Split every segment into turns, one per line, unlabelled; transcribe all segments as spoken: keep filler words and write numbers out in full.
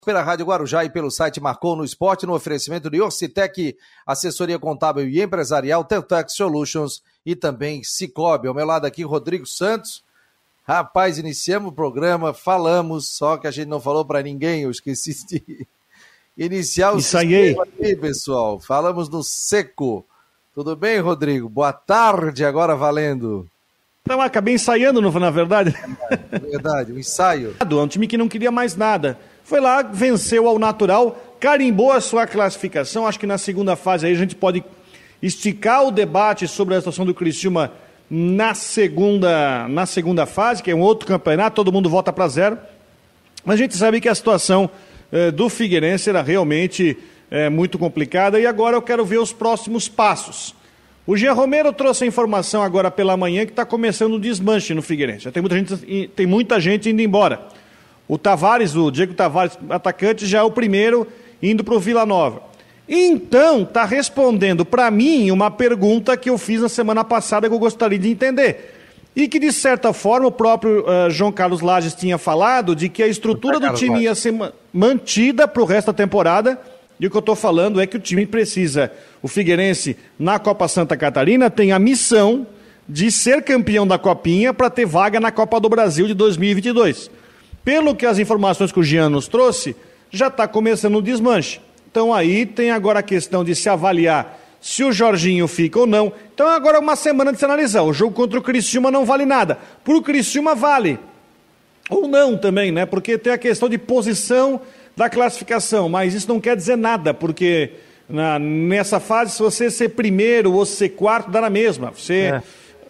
Pela Rádio Guarujá e pelo site Marcou no Esporte, no oferecimento de Orcitec, assessoria contábil e empresarial, Teltex Solutions e também Cicobi. Ao meu lado aqui, Rodrigo Santos. Rapaz, iniciamos o programa, falamos, só que a gente não falou para ninguém, eu esqueci de iniciar o
Ensaiei.
sistema aqui, pessoal. Falamos no seco. Tudo bem, Rodrigo? Boa tarde, agora valendo.
Então, acabei ensaiando, na verdade.
É verdade, o um ensaio.
É um time que não queria mais nada. Foi lá, venceu ao natural, carimbou a sua classificação. Acho que na segunda fase aí a gente pode esticar o debate sobre a situação do Criciúma na segunda, na segunda fase, que é um outro campeonato, todo mundo volta para zero. Mas a gente sabe que a situação eh, do Figueirense era realmente eh, muito complicada e agora eu quero ver os próximos passos. O Jean Romero trouxe a informação agora pela manhã que está começando o desmanche no Figueirense. Já tem muita gente, tem muita gente indo embora. O Tavares, o Diego Tavares, atacante, já é o primeiro indo para o Vila Nova. Então, está respondendo para mim uma pergunta que eu fiz na semana passada que eu gostaria de entender. E que, de certa forma, o próprio uh, João Carlos Lages tinha falado de que a estrutura do time ia ser mantida para o resto da temporada. E o que eu estou falando é que o time precisa, o Figueirense, na Copa Santa Catarina, tem a missão de ser campeão da Copinha para ter vaga na Copa do Brasil de dois mil e vinte e dois. Pelo que as informações que o Jean nos trouxe, já está começando o desmanche. Então aí tem agora a questão de se avaliar se o Jorginho fica ou não. Então agora é uma semana de se analisar. O jogo contra o Criciúma não vale nada. Para o Criciúma vale. Ou não também, né? Porque tem a questão de posição da classificação. Mas isso não quer dizer nada, porque na, nessa fase, se você ser primeiro ou ser quarto, dá na mesma. Você... É.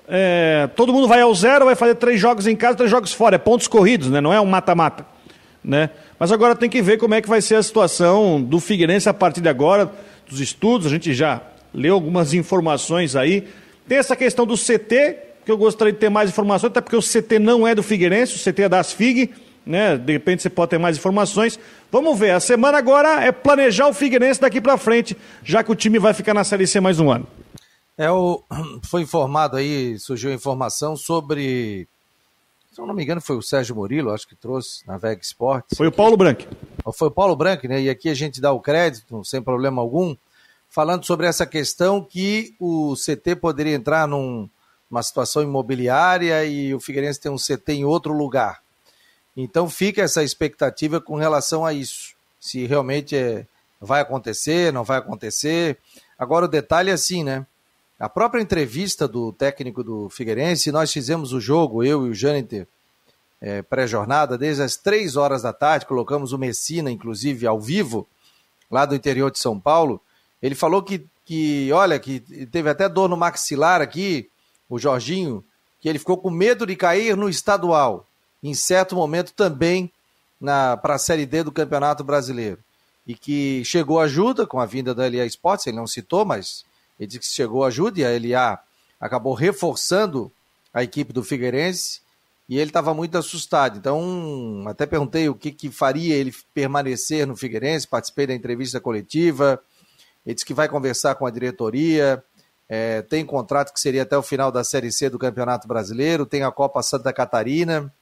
É, todo mundo vai ao zero, vai fazer três jogos em casa, três jogos fora, é pontos corridos, né? Não é um mata-mata, né? Mas agora tem que ver como é que vai ser a situação do Figueirense a partir de agora, dos estudos, a gente já leu algumas informações aí. Tem essa questão do C T, que eu gostaria de ter mais informações, até porque o C T não é do Figueirense, o C T é da Asfig, né? De repente você pode ter mais informações. Vamos ver, a semana agora é planejar o Figueirense daqui para frente, já que o time vai ficar na Série C mais um ano.
É, o, foi informado aí, surgiu a informação sobre, se eu não me engano foi o Sérgio Murilo, acho que trouxe na Veg Sports.
Foi o Paulo Branco.
Foi o Paulo Branco, né? E aqui a gente dá o crédito, sem problema algum, falando sobre essa questão que o C T poderia entrar num, numa situação imobiliária e o Figueirense tem um C T em outro lugar. Então fica essa expectativa com relação a isso, se realmente é, vai acontecer, não vai acontecer. Agora o detalhe é assim, né? A própria entrevista do técnico do Figueirense, nós fizemos o jogo, eu e o Jâniter, é, pré-jornada, desde as três horas da tarde, colocamos o Messina, inclusive, ao vivo, lá do interior de São Paulo. Ele falou que, que, olha, que teve até dor no maxilar aqui, o Jorginho, que ele ficou com medo de cair no estadual, em certo momento também para a Série D do Campeonato Brasileiro. E que chegou ajuda com a vinda da L A Sports, ele não citou, mas... Ele disse que chegou ajuda e a L A acabou reforçando a equipe do Figueirense e ele estava muito assustado. Então, até perguntei o que, que faria ele permanecer no Figueirense, participei da entrevista coletiva. Ele disse que vai conversar com a diretoria, é, tem contrato que seria até o final da Série C do Campeonato Brasileiro, tem a Copa Santa Catarina,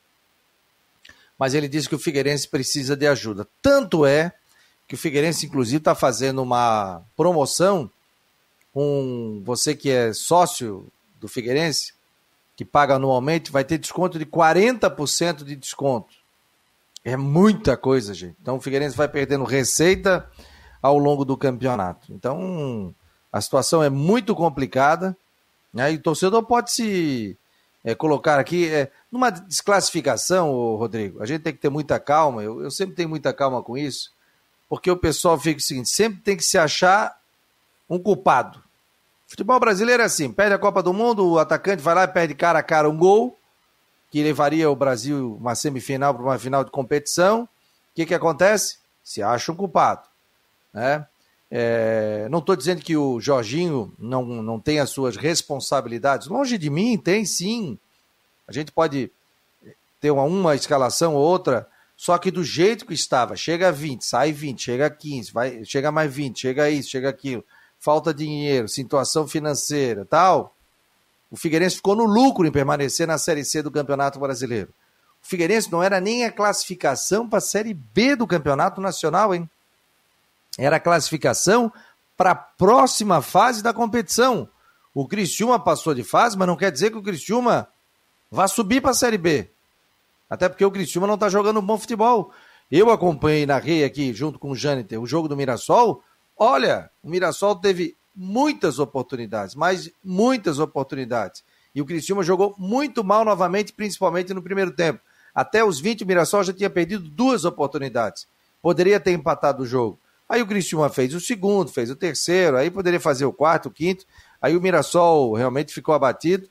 mas ele disse que o Figueirense precisa de ajuda. Tanto é que o Figueirense, inclusive, está fazendo uma promoção. Um, você que é sócio do Figueirense, que paga anualmente, vai ter desconto de quarenta por cento de desconto. É muita coisa, gente. Então o Figueirense vai perdendo receita ao longo do campeonato. Então a situação é muito complicada, né? E o torcedor pode se é, colocar aqui é, numa desclassificação, ô, Rodrigo. A gente tem que ter muita calma, eu, eu sempre tenho muita calma com isso, porque o pessoal fica o seguinte, sempre tem que se achar um culpado. Futebol brasileiro é assim, perde a Copa do Mundo, o atacante vai lá e perde cara a cara um gol, que levaria o Brasil uma semifinal para uma final de competição. O que que acontece? Se acha um culpado, né? É, não estou dizendo que o Jorginho não, não tem as suas responsabilidades, longe de mim, tem sim. A gente pode ter uma, uma escalação ou outra, só que do jeito que estava, chega a vinte, sai vinte, chega a quinze, vai, chega a mais vinte, chega a isso, chega aquilo, falta dinheiro, situação financeira, tal. O Figueirense ficou no lucro em permanecer na Série C do Campeonato Brasileiro. O Figueirense não era nem a classificação para a Série B do Campeonato Nacional, hein? Era a classificação para a próxima fase da competição. O Criciúma passou de fase, mas não quer dizer que o Criciúma vá subir para a Série B. Até porque o Criciúma não está jogando bom futebol. Eu acompanhei, narrei aqui, junto com o Jâniter, o jogo do Mirassol. Olha, o Mirassol teve muitas oportunidades, mas muitas oportunidades. E o Criciúma jogou muito mal novamente, principalmente no primeiro tempo. Até os vinte, o Mirassol já tinha perdido duas oportunidades. Poderia ter empatado o jogo. Aí o Criciúma fez o segundo, fez o terceiro, aí poderia fazer o quarto, o quinto. Aí o Mirassol realmente ficou abatido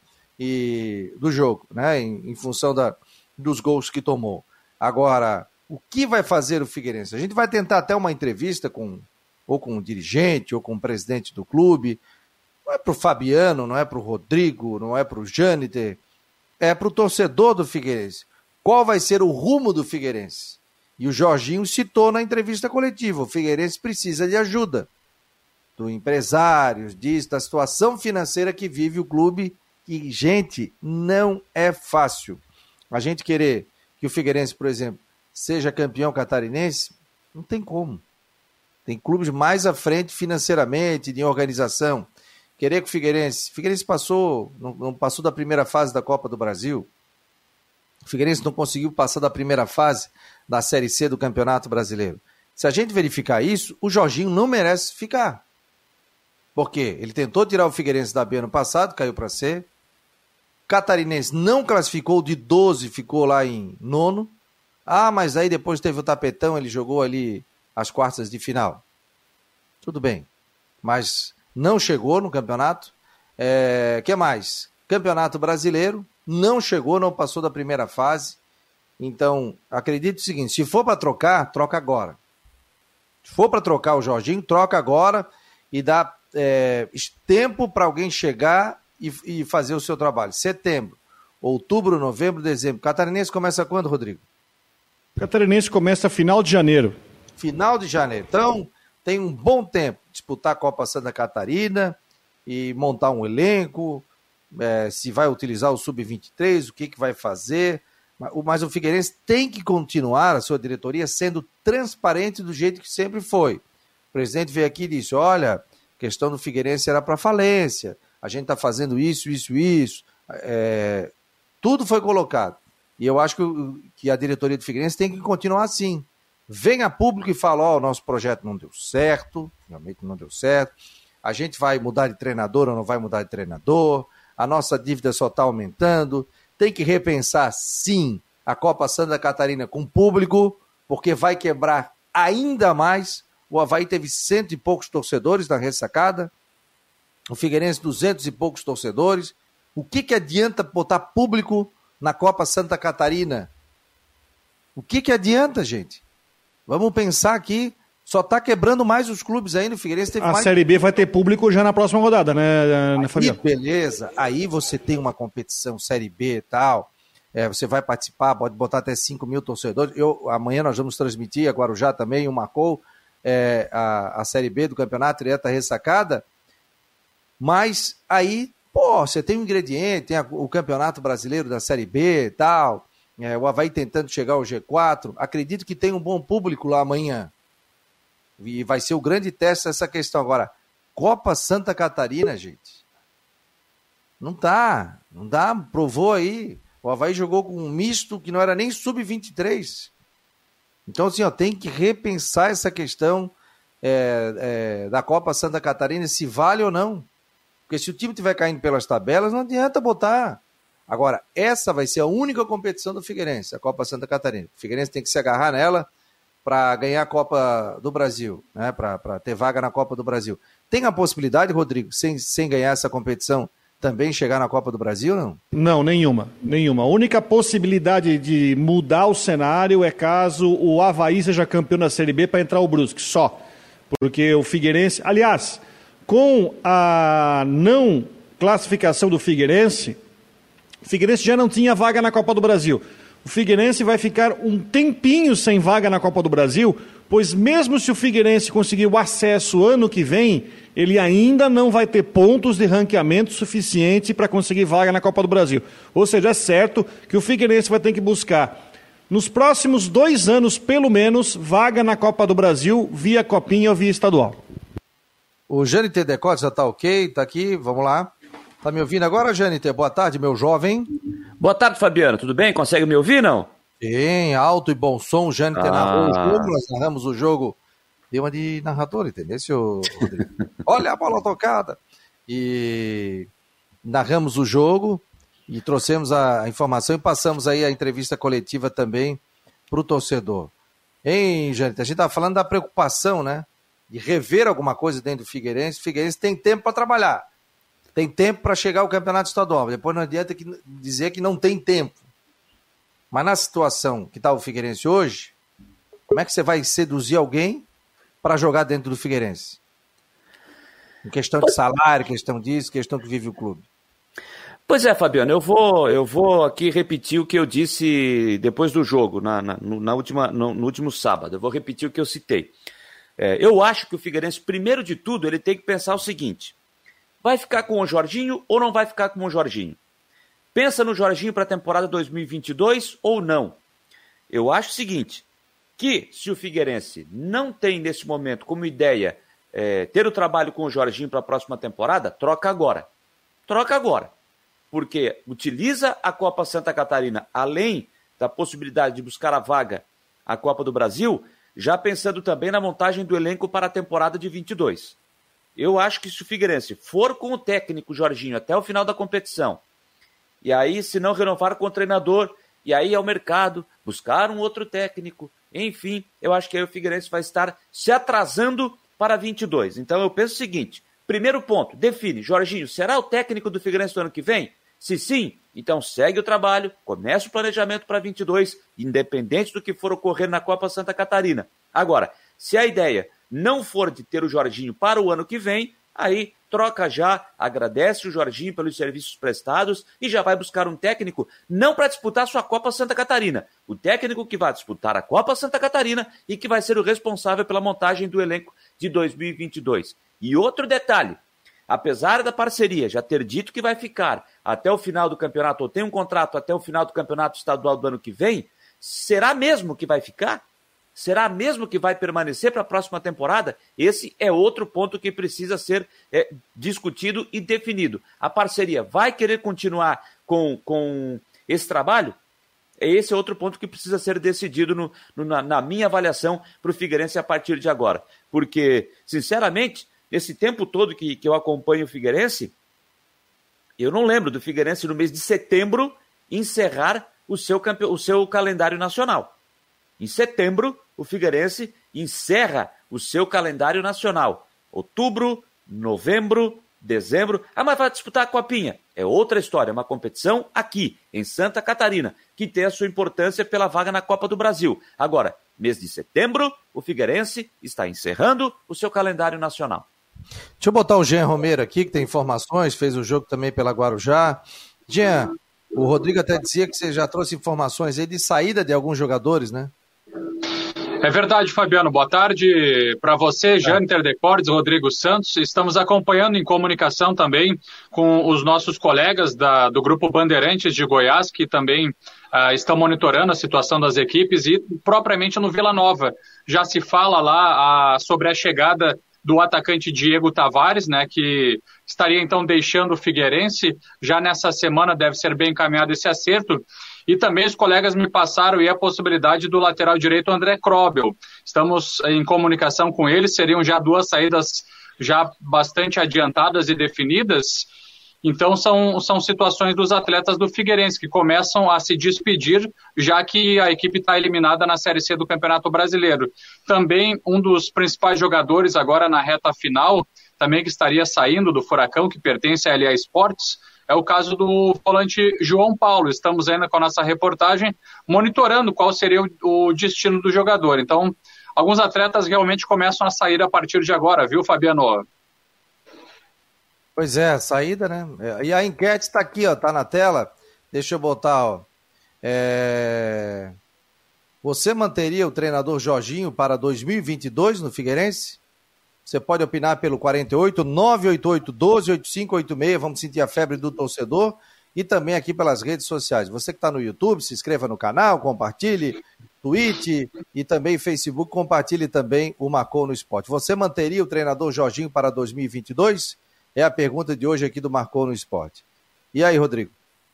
e, do jogo, né? Em, em função da, dos gols que tomou. Agora, o que vai fazer o Figueirense? A gente vai tentar até uma entrevista com, ou com o dirigente, ou com o presidente do clube. Não é para o Fabiano, não é para o Rodrigo, não é para o Jâniter, é para o torcedor do Figueirense. Qual vai ser o rumo do Figueirense? E o Jorginho citou na entrevista coletiva, o Figueirense precisa de ajuda do empresário, disso, da situação financeira que vive o clube, e, gente, não é fácil. A gente querer que o Figueirense, por exemplo, seja campeão catarinense, não tem como. Tem clubes mais à frente financeiramente, de organização. Querer que o Figueirense... O Figueirense passou, não, não passou da primeira fase da Copa do Brasil. O Figueirense não conseguiu passar da primeira fase da Série C do Campeonato Brasileiro. Se a gente verificar isso, o Jorginho não merece ficar. Por quê? Ele tentou tirar o Figueirense da B ano passado, caiu para C. Catarinense não classificou de doze, ficou lá em nono. Ah, mas aí depois teve o tapetão, ele jogou ali as quartas de final. Tudo bem, mas não chegou no campeonato. É, que mais? Campeonato Brasileiro, não chegou, não passou da primeira fase. Então, acredite o seguinte, se for para trocar, troca agora. Se for para trocar o Jorginho, troca agora e dá é, tempo para alguém chegar e, e fazer o seu trabalho. Setembro, outubro, novembro, dezembro. Catarinense começa quando, Rodrigo?
Catarinense começa final de janeiro.
Final de janeiro. Então, tem um bom tempo de disputar a Copa Santa Catarina e montar um elenco, é, se vai utilizar o sub vinte e três, o que, que vai fazer. Mas o Figueirense tem que continuar, a sua diretoria, sendo transparente do jeito que sempre foi. O presidente veio aqui e disse, olha, a questão do Figueirense era para falência, a gente está fazendo isso, isso, isso. É, tudo foi colocado. E eu acho que, que a diretoria do Figueirense tem que continuar assim. Vem a público e fala, ó, oh, o nosso projeto não deu certo, realmente não deu certo, a gente vai mudar de treinador ou não vai mudar de treinador, a nossa dívida só está aumentando. Tem que repensar, sim, a Copa Santa Catarina com público, porque vai quebrar ainda mais. O Avaí teve cento e poucos torcedores na ressacada, o Figueirense duzentos e poucos torcedores. O que, que adianta botar público na Copa Santa Catarina? O que, que adianta, gente? Vamos pensar aqui, só está quebrando mais os clubes ainda. O Figueirense teve
a
mais...
Série B vai ter público já na próxima rodada, né, né Fabiano?
Beleza, aí você tem uma competição Série B e tal, é, você vai participar, pode botar até cinco mil torcedores. Eu, amanhã nós vamos transmitir, a Guarujá também, o Marcou, é, a, a Série B do campeonato, direta ressacada, mas aí, pô, você tem um ingrediente, tem a, o Campeonato Brasileiro da Série B e tal, é, o Avaí tentando chegar ao G quatro, acredito que tem um bom público lá amanhã. E vai ser o grande teste dessa questão. Agora, Copa Santa Catarina, gente, não tá, não dá, provou aí. O Avaí jogou com um misto que não era nem sub vinte e três. Então, assim, ó, tem que repensar essa questão é, é, da Copa Santa Catarina, se vale ou não. Porque se o time estiver caindo pelas tabelas, não adianta botar. Agora, essa vai ser a única competição do Figueirense, a Copa Santa Catarina. O Figueirense tem que se agarrar nela para ganhar a Copa do Brasil, né? Para ter vaga na Copa do Brasil. Tem a possibilidade, Rodrigo, sem, sem ganhar essa competição, também chegar na Copa do Brasil, não?
Não, nenhuma, nenhuma. A única possibilidade de mudar o cenário é caso o Avaí seja campeão da Série B para entrar o Brusque, só. Porque o Figueirense... Aliás, com a não classificação do Figueirense, o Figueirense já não tinha vaga na Copa do Brasil. O Figueirense vai ficar um tempinho sem vaga na Copa do Brasil, pois mesmo se o Figueirense conseguir o acesso ano que vem, ele ainda não vai ter pontos de ranqueamento suficiente para conseguir vaga na Copa do Brasil. Ou seja, é certo que o Figueirense vai ter que buscar, nos próximos dois anos, pelo menos, vaga na Copa do Brasil via Copinha ou via estadual.
O Jâniter Decote já está ok, está aqui, vamos lá. Está me ouvindo agora, Jâniter? Boa tarde, meu jovem.
Boa tarde, Fabiano. Tudo bem? Consegue me ouvir, não?
Sim, alto e bom som. O Jâniter
ah.
narrou o jogo, nós narramos o jogo. Deu uma de narrador, entendeu, senhor Rodrigo? Olha a bola tocada. E narramos o jogo e trouxemos a informação e passamos aí a entrevista coletiva também para o torcedor. Hein, Jâniter? A gente estava falando da preocupação, né? De rever alguma coisa dentro do Figueirense. O Figueirense tem tempo para trabalhar. Tem tempo para chegar ao campeonato estadual. Depois não adianta que, dizer que não tem tempo. Mas na situação que está o Figueirense hoje, como é que você vai seduzir alguém para jogar dentro do Figueirense? Em questão de salário, questão disso, questão que vive o clube.
Pois é, Fabiano, eu vou, eu vou aqui repetir o que eu disse depois do jogo, na, na, na última, no, no último sábado. Eu vou repetir o que eu citei. É, eu acho que o Figueirense, primeiro de tudo, ele tem que pensar o seguinte: vai ficar com o Jorginho ou não vai ficar com o Jorginho? Pensa no Jorginho para a temporada dois mil e vinte e dois ou não? Eu acho o seguinte, que se o Figueirense não tem nesse momento como ideia é, ter o trabalho com o Jorginho para a próxima temporada, troca agora. Troca agora. Porque utiliza a Copa Santa Catarina, além da possibilidade de buscar a vaga à Copa do Brasil, já pensando também na montagem do elenco para a temporada de vinte e dois. Eu acho que se o Figueirense for com o técnico Jorginho até o final da competição, e aí se não renovar com o treinador, e aí ao mercado, buscar um outro técnico, enfim, eu acho que aí o Figueirense vai estar se atrasando para vinte e dois. Então eu penso o seguinte, primeiro ponto, define, Jorginho, será o técnico do Figueirense do ano que vem? Se sim, então segue o trabalho, comece o planejamento para vinte e dois, independente do que for ocorrer na Copa Santa Catarina. Agora, se a ideia não for de ter o Jorginho para o ano que vem, aí troca já, agradece o Jorginho pelos serviços prestados e já vai buscar um técnico não para disputar sua Copa Santa Catarina, o técnico que vai disputar a Copa Santa Catarina e que vai ser o responsável pela montagem do elenco de dois mil e vinte e dois. E outro detalhe, apesar da parceria já ter dito que vai ficar até o final do campeonato, ou tem um contrato até o final do campeonato estadual do ano que vem, será mesmo que vai ficar? Será mesmo que vai permanecer para a próxima temporada? Esse é outro ponto que precisa ser é, discutido e definido. A parceria vai querer continuar com, com esse trabalho? Esse é outro ponto que precisa ser decidido no, no, na, na minha avaliação para o Figueirense a partir de agora. Porque, sinceramente, nesse tempo todo que, que eu acompanho o Figueirense, eu não lembro do Figueirense no mês de setembro encerrar o seu, campe... o seu calendário nacional. Em setembro, o Figueirense encerra o seu calendário nacional. Outubro, novembro, dezembro. Ah, mas vai disputar a Copinha. É outra história, é uma competição aqui, em Santa Catarina, que tem a sua importância pela vaga na Copa do Brasil. Agora, mês de setembro, o Figueirense está encerrando o seu calendário nacional.
Deixa eu botar o Jean Romero aqui, que tem informações, fez o jogo também pela Guarujá. Jean, o Rodrigo até dizia que você já trouxe informações aí de saída de alguns jogadores, né?
É verdade, Fabiano. Boa tarde para você, Jâniter Decordes, Rodrigo Santos. Estamos acompanhando em comunicação também com os nossos colegas da, do Grupo Bandeirantes de Goiás, que também uh, estão monitorando a situação das equipes, e propriamente no Vila Nova. Já se fala lá uh, sobre a chegada do atacante Diego Tavares, né, que estaria então deixando o Figueirense. Já nessa semana deve ser bem encaminhado esse acerto. E também os colegas me passaram aí a possibilidade do lateral direito André Krobel. Estamos em comunicação com ele, seriam já duas saídas já bastante adiantadas e definidas. Então são, são situações dos atletas do Figueirense que começam a se despedir, já que a equipe está eliminada na Série C do Campeonato Brasileiro. Também um dos principais jogadores agora na reta final, também que estaria saindo do Furacão, que pertence à L A Esportes, é o caso do volante João Paulo. Estamos ainda com a nossa reportagem monitorando qual seria o, o destino do jogador. Então, alguns atletas realmente começam a sair a partir de agora, viu, Fabiano?
Pois é, saída, né? E a enquete está aqui, ó, tá na tela. Deixa eu botar, ó. É... Você manteria o treinador Jorginho para dois mil e vinte e dois no Figueirense? Você pode opinar pelo quarenta e oito, nove oito oito, doze, oitenta e cinco oitenta e seis, vamos sentir a febre do torcedor, e também aqui pelas redes sociais. Você que está no YouTube, se inscreva no canal, compartilhe, tweet e também Facebook, compartilhe também o Marcou no Esporte. Você manteria o treinador Jorginho para dois mil e vinte e dois? É a pergunta de hoje aqui do Marcou no Esporte. E aí, Rodrigo?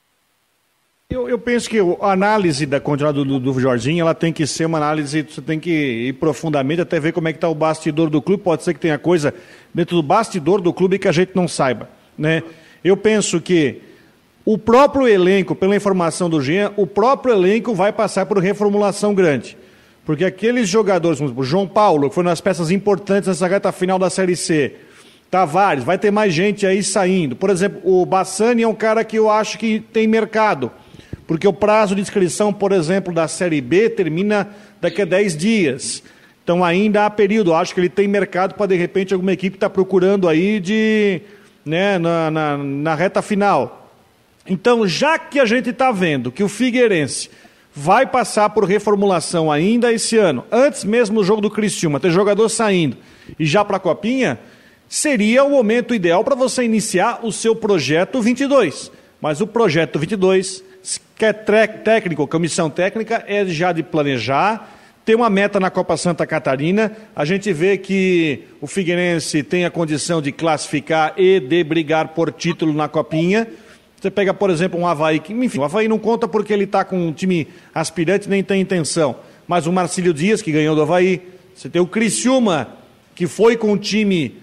Eu, eu penso que a análise da continuidade do, do Jorginho, ela tem que ser uma análise, você tem que ir profundamente até ver como é que está o bastidor do clube. Pode ser que tenha coisa dentro do bastidor do clube que a gente não saiba, né? Eu penso que o próprio elenco, pela informação do Jean, o próprio elenco vai passar por reformulação grande. Porque aqueles jogadores, como o João Paulo, que foi uma das peças importantes nessa reta final da Série C, Tavares, vai ter mais gente aí saindo. Por exemplo, o Bassani é um cara que eu acho que tem mercado. Porque o prazo de inscrição, por exemplo, da Série B termina daqui a dez dias. Então ainda há período. Eu acho que ele tem mercado para, de repente, alguma equipe estar tá procurando aí de, né, na, na, na reta final. Então, já que a gente está vendo que o Figueirense vai passar por reformulação ainda esse ano, antes mesmo do jogo do Criciúma, ter jogador saindo e já para a Copinha, seria o momento ideal para você iniciar o seu projeto vinte e dois. Mas o projeto vinte e dois... que é técnico, comissão técnica, é já de planejar, ter uma meta na Copa Santa Catarina. A gente vê que o Figueirense tem a condição de classificar e de brigar por título na Copinha. Você pega, por exemplo, um Avaí, que, enfim, o Avaí não conta porque ele está com um time aspirante, nem tem intenção. Mas o Marcílio Dias, que ganhou do Avaí. Você tem o Criciúma, que foi com um time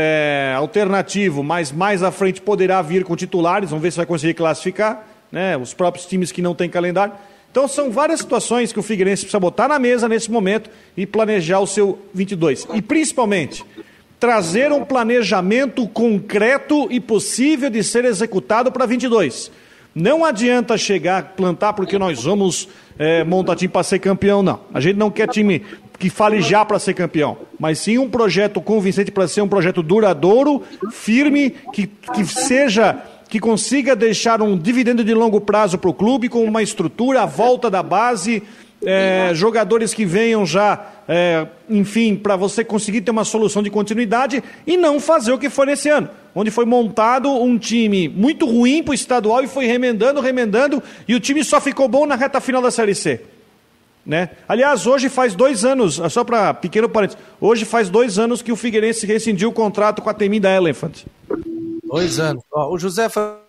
é, alternativo, mas mais à frente poderá vir com titulares. Vamos ver se vai conseguir classificar. Né, os próprios times que não têm calendário. Então são várias situações que o Figueirense precisa botar na mesa nesse momento e planejar o seu vinte e dois. E principalmente, trazer um planejamento concreto e possível de ser executado para vinte e dois. Não adianta chegar, plantar porque nós vamos é, montar time para ser campeão, não. A gente não quer time que fale já para ser campeão, mas sim um projeto convincente para ser um projeto duradouro, firme, que, que seja... que consiga deixar um dividendo de longo prazo para o clube, com uma estrutura, a volta da base, é, jogadores que venham já, é, enfim, para você conseguir ter uma solução de continuidade e não fazer o que foi nesse ano, onde foi montado um time muito ruim para o estadual e foi remendando, remendando, e o time só ficou bom na reta final da Série C. Né? Aliás, hoje faz dois anos, só para pequeno parênteses, hoje faz dois anos que o Figueirense rescindiu o contrato com a Temida Elephant.
Dois anos. Ó, o José...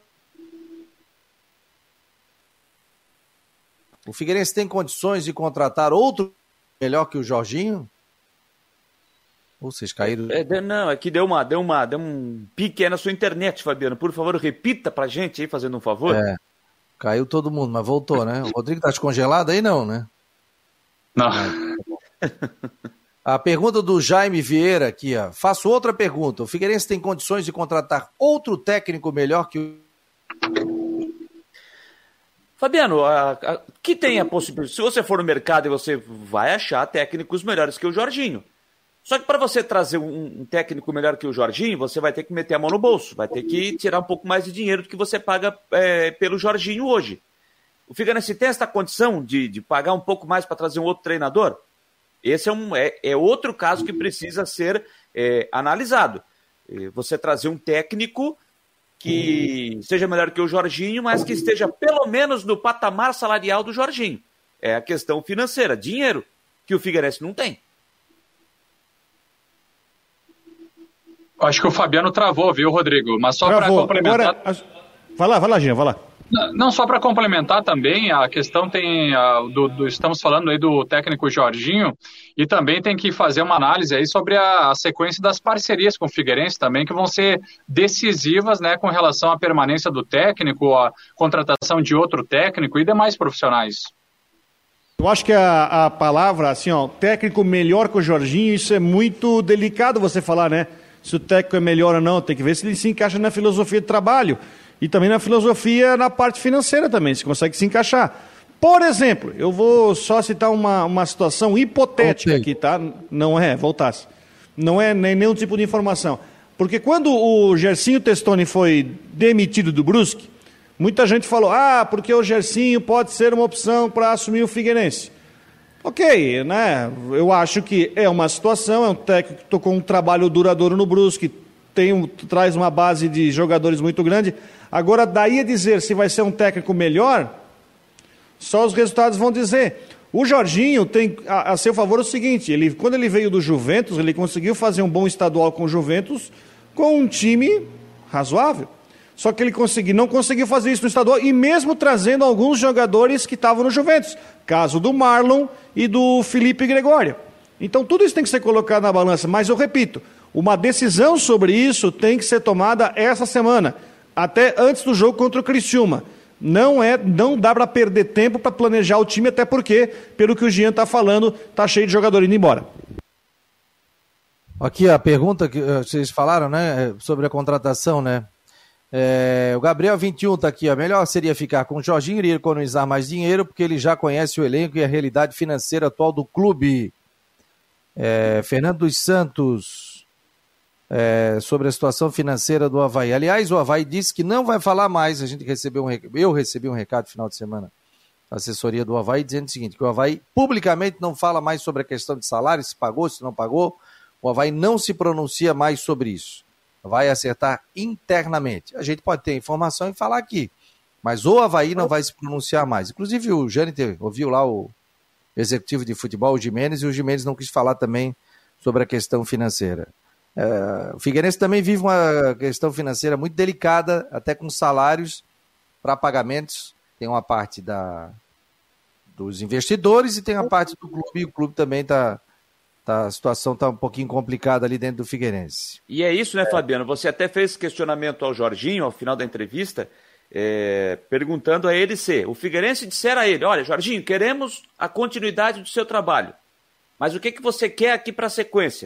O Figueirense tem condições de contratar outro melhor que o Jorginho? Ou vocês caíram...
É, não, é que deu, uma, deu, uma, deu um pique aí na sua internet, Fabiano. Por favor, repita pra gente aí, fazendo um favor.
É, caiu todo mundo, mas voltou, né? O Rodrigo tá descongelado aí não, né?
Não.
A pergunta do Jaime Vieira aqui, ó. Faço outra pergunta. O Figueirense tem condições de contratar outro técnico melhor que o...
Fabiano, a, a, que tem a possibilidade... Se você for no mercado e você vai achar técnicos melhores que o Jorginho. Só que para você trazer um, um técnico melhor que o Jorginho, você vai ter que meter a mão no bolso. Vai ter que tirar um pouco mais de dinheiro do que você paga é, pelo Jorginho hoje. O Figueirense tem essa condição de, de pagar um pouco mais para trazer um outro treinador? Esse é, um, é, é outro caso que precisa ser é, analisado. Você trazer um técnico que seja melhor que o Jorginho, mas que esteja pelo menos no patamar salarial do Jorginho. É a questão financeira, dinheiro, que o Figueirense não tem.
Acho que o Fabiano travou, viu, Rodrigo? Mas só para complementar...
Agora, vai lá, vai lá, Jean, vai lá.
Não, só para complementar também, a questão tem, a, do, do, estamos falando aí do técnico Jorginho, e também tem que fazer uma análise aí sobre a, a sequência das parcerias com o Figueirense também, que vão ser decisivas, né, com relação à permanência do técnico, a contratação de outro técnico e demais profissionais.
Eu acho que a, a palavra, assim, ó, técnico melhor que o Jorginho, isso é muito delicado você falar, né? Se o técnico é melhor ou não, tem que ver se ele se encaixa na filosofia de trabalho. E também na filosofia, na parte financeira também, se consegue se encaixar. Por exemplo, eu vou só citar uma, uma situação hipotética aqui, tá? Não é, voltasse. Não é nem nenhum tipo de informação. Porque quando o Gersinho Testoni foi demitido do Brusque, muita gente falou, ah, porque o Gersinho pode ser uma opção para assumir o Figueirense. Ok, né? Eu acho que é uma situação, é um técnico que tocou um trabalho duradouro no Brusque, tem um, traz uma base de jogadores muito grande. Agora, daí a dizer se vai ser um técnico melhor, só os resultados vão dizer. O Jorginho tem a, a seu favor o seguinte, ele, quando ele veio do Juventus, ele conseguiu fazer um bom estadual com o Juventus, com um time razoável. Só que ele consegui, não conseguiu fazer isso no estadual, e mesmo trazendo alguns jogadores que estavam no Juventus. Caso do Marlon e do Felipe Gregório. Então tudo isso tem que ser colocado na balança. Mas eu repito, uma decisão sobre isso tem que ser tomada essa semana, até antes do jogo contra o Criciúma. Não, é, não dá para perder tempo para planejar o time, até porque, pelo que o Jean está falando, está cheio de jogador indo embora.
Aqui a pergunta que vocês falaram, né, sobre a contratação, né? É, o Gabriel vinte e um está aqui, ó. Melhor seria ficar com o Jorginho, iria economizar mais dinheiro, porque ele já conhece o elenco e a realidade financeira atual do clube. É, Fernando dos Santos, é, sobre a situação financeira do Avaí. Aliás, o Avaí disse que não vai falar mais. A gente recebeu um, eu recebi um recado no final de semana da assessoria do Avaí dizendo o seguinte, que o Avaí publicamente não fala mais sobre a questão de salário, se pagou, se não pagou. O Avaí não se pronuncia mais sobre isso. Vai acertar internamente. A gente pode ter informação e falar aqui, mas o Avaí não vai se pronunciar mais. Inclusive o Jâniter ouviu lá o executivo de futebol, o Gimenez, e o Gimenez não quis falar também sobre a questão financeira. É, o Figueirense também vive uma questão financeira muito delicada, até com salários para pagamentos. Tem uma parte da, dos investidores e tem a parte do clube, e o clube também está... Tá, a situação está um pouquinho complicada ali dentro do Figueirense.
E é isso, né, Fabiano? Você até fez questionamento ao Jorginho, ao final da entrevista, é, perguntando a ele se o Figueirense disser a ele, olha, Jorginho, queremos a continuidade do seu trabalho, mas o que, que você quer aqui para a sequência?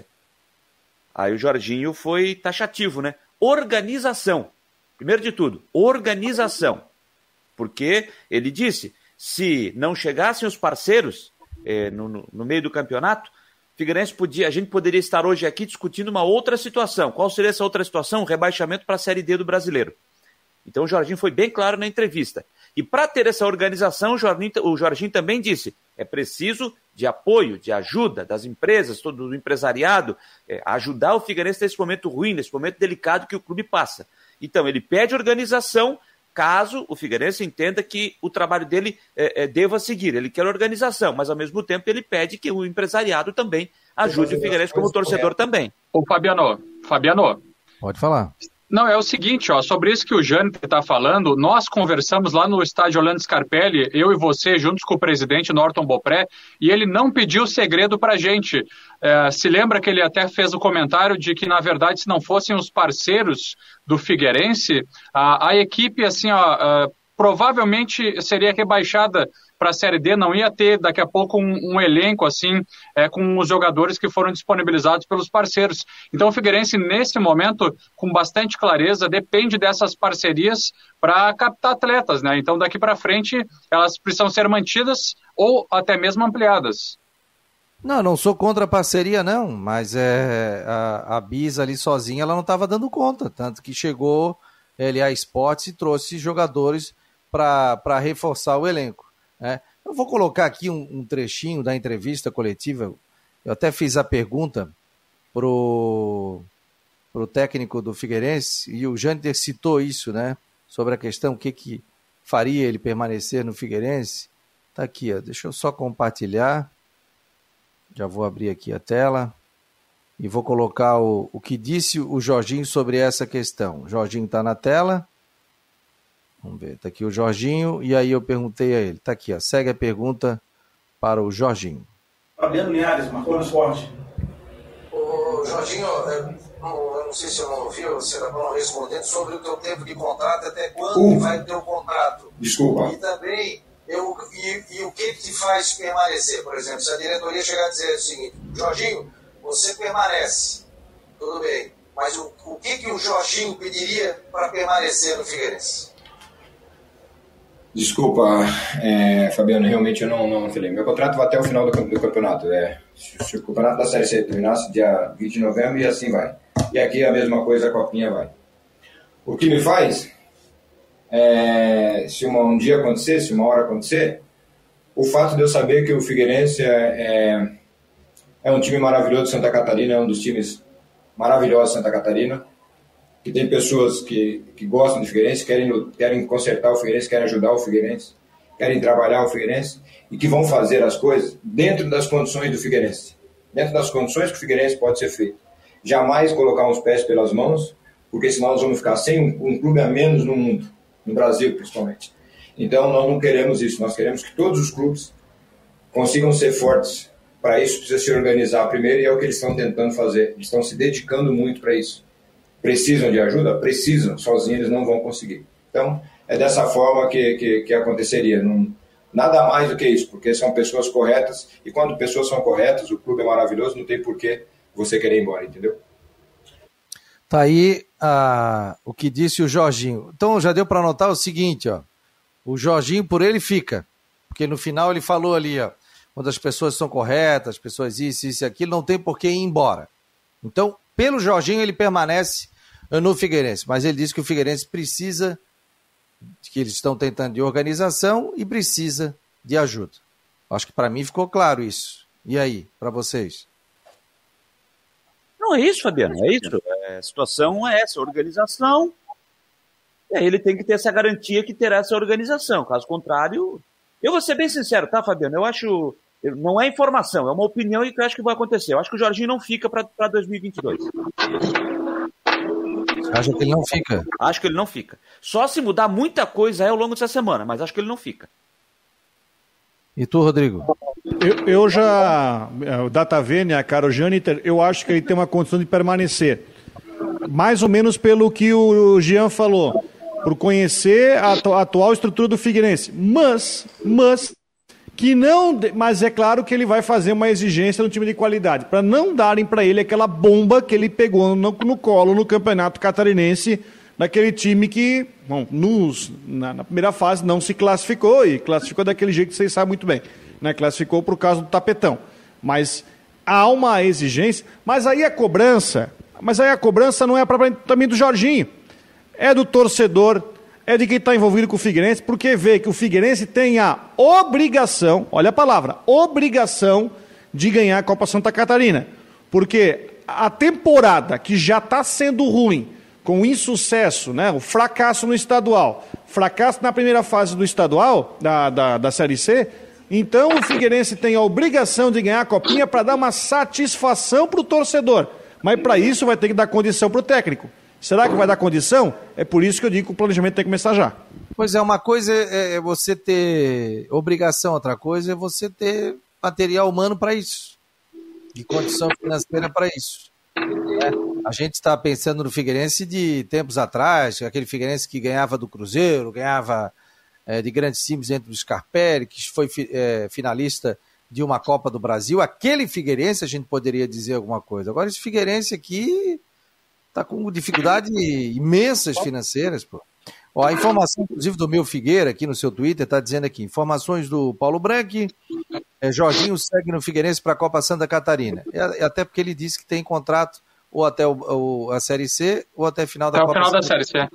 Aí o Jorginho foi taxativo, né? Organização. Primeiro de tudo, organização. Porque ele disse, se não chegassem os parceiros é, no, no, no meio do campeonato, Figueirense podia, a gente poderia estar hoje aqui discutindo uma outra situação. Qual seria essa outra situação? O rebaixamento para a Série D do Brasileiro. Então o Jorginho foi bem claro na entrevista. E para ter essa organização, o Jorginho, o Jorginho também disse, é preciso de apoio, de ajuda das empresas, todo do empresariado, é, ajudar o Figueirense nesse momento ruim, nesse momento delicado que o clube passa. Então ele pede organização, caso o Figueirense entenda que o trabalho dele é, é, deva seguir. Ele quer organização, mas ao mesmo tempo ele pede que o empresariado também ajude o Figueirense como torcedor também.
Ô Fabiano, Fabiano.
Pode falar.
Não, é o seguinte, ó, sobre isso que o Jâniter está falando, nós conversamos lá no estádio Orlando Scarpelli, eu e você, juntos com o presidente Norton Bopré, e ele não pediu segredo para a gente. É, se lembra que ele até fez o comentário de que, na verdade, se não fossem os parceiros do Figueirense, a, a equipe, assim, ó, a, provavelmente seria rebaixada para a Série D, não ia ter daqui a pouco um, um elenco assim, é, com os jogadores que foram disponibilizados pelos parceiros. Então o Figueirense, nesse momento, com bastante clareza, depende dessas parcerias para captar atletas, né? Então daqui para frente elas precisam ser mantidas ou até mesmo ampliadas.
Não, não sou contra a parceria não, mas é, a, a Bis ali sozinha ela não estava dando conta, tanto que chegou ele a Esportes e trouxe jogadores para reforçar o elenco. É, eu vou colocar aqui um, um trechinho da entrevista coletiva. Eu até fiz a pergunta pro, pro técnico do Figueirense e o Jâniter citou isso, né? Sobre a questão o que, que faria ele permanecer no Figueirense. Tá aqui, ó, deixa eu só compartilhar. Já vou abrir aqui a tela e vou colocar o, o que disse o Jorginho sobre essa questão. O Jorginho está na tela. Vamos ver, tá aqui o Jorginho, e aí eu perguntei a ele, tá aqui, ó, segue a pergunta para o Jorginho.
Fabiano Linhares, marcou no esporte.
Ô, Jorginho, eu não, eu não sei se eu não ouvi, você acabou respondendo sobre o teu tempo de contrato, até quando uh, vai ter o contrato.
Desculpa.
E também, eu, e, e o que te faz permanecer, por exemplo, se a diretoria chegar a dizer o seguinte, Jorginho, você permanece, tudo bem, mas o, o que, que o Jorginho pediria para permanecer no Figueirense?
Desculpa, é, Fabiano, realmente eu não, não falei. Meu contrato vai até o final do, do campeonato. É, se o campeonato da Série C terminasse dia vinte de novembro, e assim vai. E aqui a mesma coisa, a Copinha vai. O que me faz, é, se uma, um dia acontecer, se uma hora acontecer, o fato de eu saber que o Figueirense é, é, é um time maravilhoso de Santa Catarina, é um dos times maravilhosos de Santa Catarina, que tem pessoas que, que gostam do Figueirense, querem, querem consertar o Figueirense, querem ajudar o Figueirense, querem trabalhar o Figueirense, e que vão fazer as coisas dentro das condições do Figueirense, dentro das condições que o Figueirense pode ser feito. Jamais colocar uns pés pelas mãos, porque senão nós vamos ficar sem um, um clube a menos no mundo, no Brasil principalmente. Então nós não queremos isso, nós queremos que todos os clubes consigam ser fortes. Para isso precisa se organizar primeiro, e é o que eles estão tentando fazer, eles estão se dedicando muito para isso. Precisam de ajuda? Precisam, sozinhos eles não vão conseguir. Então é dessa forma que, que, que aconteceria, não, nada mais do que isso, porque são pessoas corretas, e quando pessoas são corretas, o clube é maravilhoso, não tem por que você querer ir embora, entendeu?
Tá aí ah, o que disse o Jorginho. Então já deu para notar o seguinte, ó. O Jorginho, por ele, fica. Porque no final ele falou ali, ó, quando as pessoas são corretas, as pessoas isso, isso e aquilo, não tem por que ir embora. Então, pelo Jorginho, ele permanece no Figueirense. Mas ele disse que o Figueirense precisa, que eles estão tentando de organização e precisa de ajuda. Acho que para mim ficou claro isso. E aí, para vocês?
Não, é isso, Fabiano, é isso. É, a situação é essa, organização. E aí ele tem que ter essa garantia que terá essa organização. Caso contrário, eu vou ser bem sincero, tá, Fabiano? Eu acho, não é informação, é uma opinião e que eu acho que vai acontecer. Eu acho que o Jorginho não fica para dois mil e vinte e dois.
Acha que ele não fica?
Acho que ele não fica. Só se mudar muita coisa aí ao longo dessa semana, mas acho que ele não fica.
E tu, Rodrigo?
Eu, eu já, o Datavênia, cara, o Janiter, eu acho que ele tem uma condição de permanecer. Mais ou menos pelo que o Jean falou, por conhecer a atual estrutura do Figueirense. Mas, mas, que não, mas é claro que ele vai fazer uma exigência no time de qualidade, para não darem para ele aquela bomba que ele pegou no, no colo no Campeonato Catarinense, daquele time que, bom, nos, na, na primeira fase não se classificou, e classificou daquele jeito que vocês sabem muito bem, né? Classificou por causa do tapetão. Mas há uma exigência, mas aí a cobrança, mas aí a cobrança não é para também do Jorginho, é do torcedor, é de quem está envolvido com o Figueirense, porque vê que o Figueirense tem a obrigação, olha a palavra, obrigação de ganhar a Copa Santa Catarina. Porque a temporada que já está sendo ruim, com insucesso, né, o fracasso no estadual, fracasso na primeira fase do estadual, da, da, da Série C, então o Figueirense tem a obrigação de ganhar a copinha para dar uma satisfação para o torcedor. Mas para isso vai ter que dar condição para o técnico. Será que vai dar condição? É por isso que eu digo que o planejamento tem que começar já.
Pois é, uma coisa é você ter obrigação, outra coisa é você ter material humano para isso, de condição financeira para isso. É. A gente está pensando no Figueirense de tempos atrás, aquele Figueirense que ganhava do Cruzeiro, ganhava é, de grandes times entre o Scarpelli, que foi é, finalista de uma Copa do Brasil. Aquele Figueirense a gente poderia dizer alguma coisa. Agora esse Figueirense aqui está com dificuldades imensas financeiras. Pô. Ó, a informação, inclusive, do meu Figueira, aqui no seu Twitter, está dizendo aqui, informações do Paulo Branco, é, Jorginho segue no Figueirense para a Copa Santa Catarina. É, até porque ele disse que tem contrato ou até o, o, a Série C, ou até a final da
até
Copa
o final
Santa
da Série C.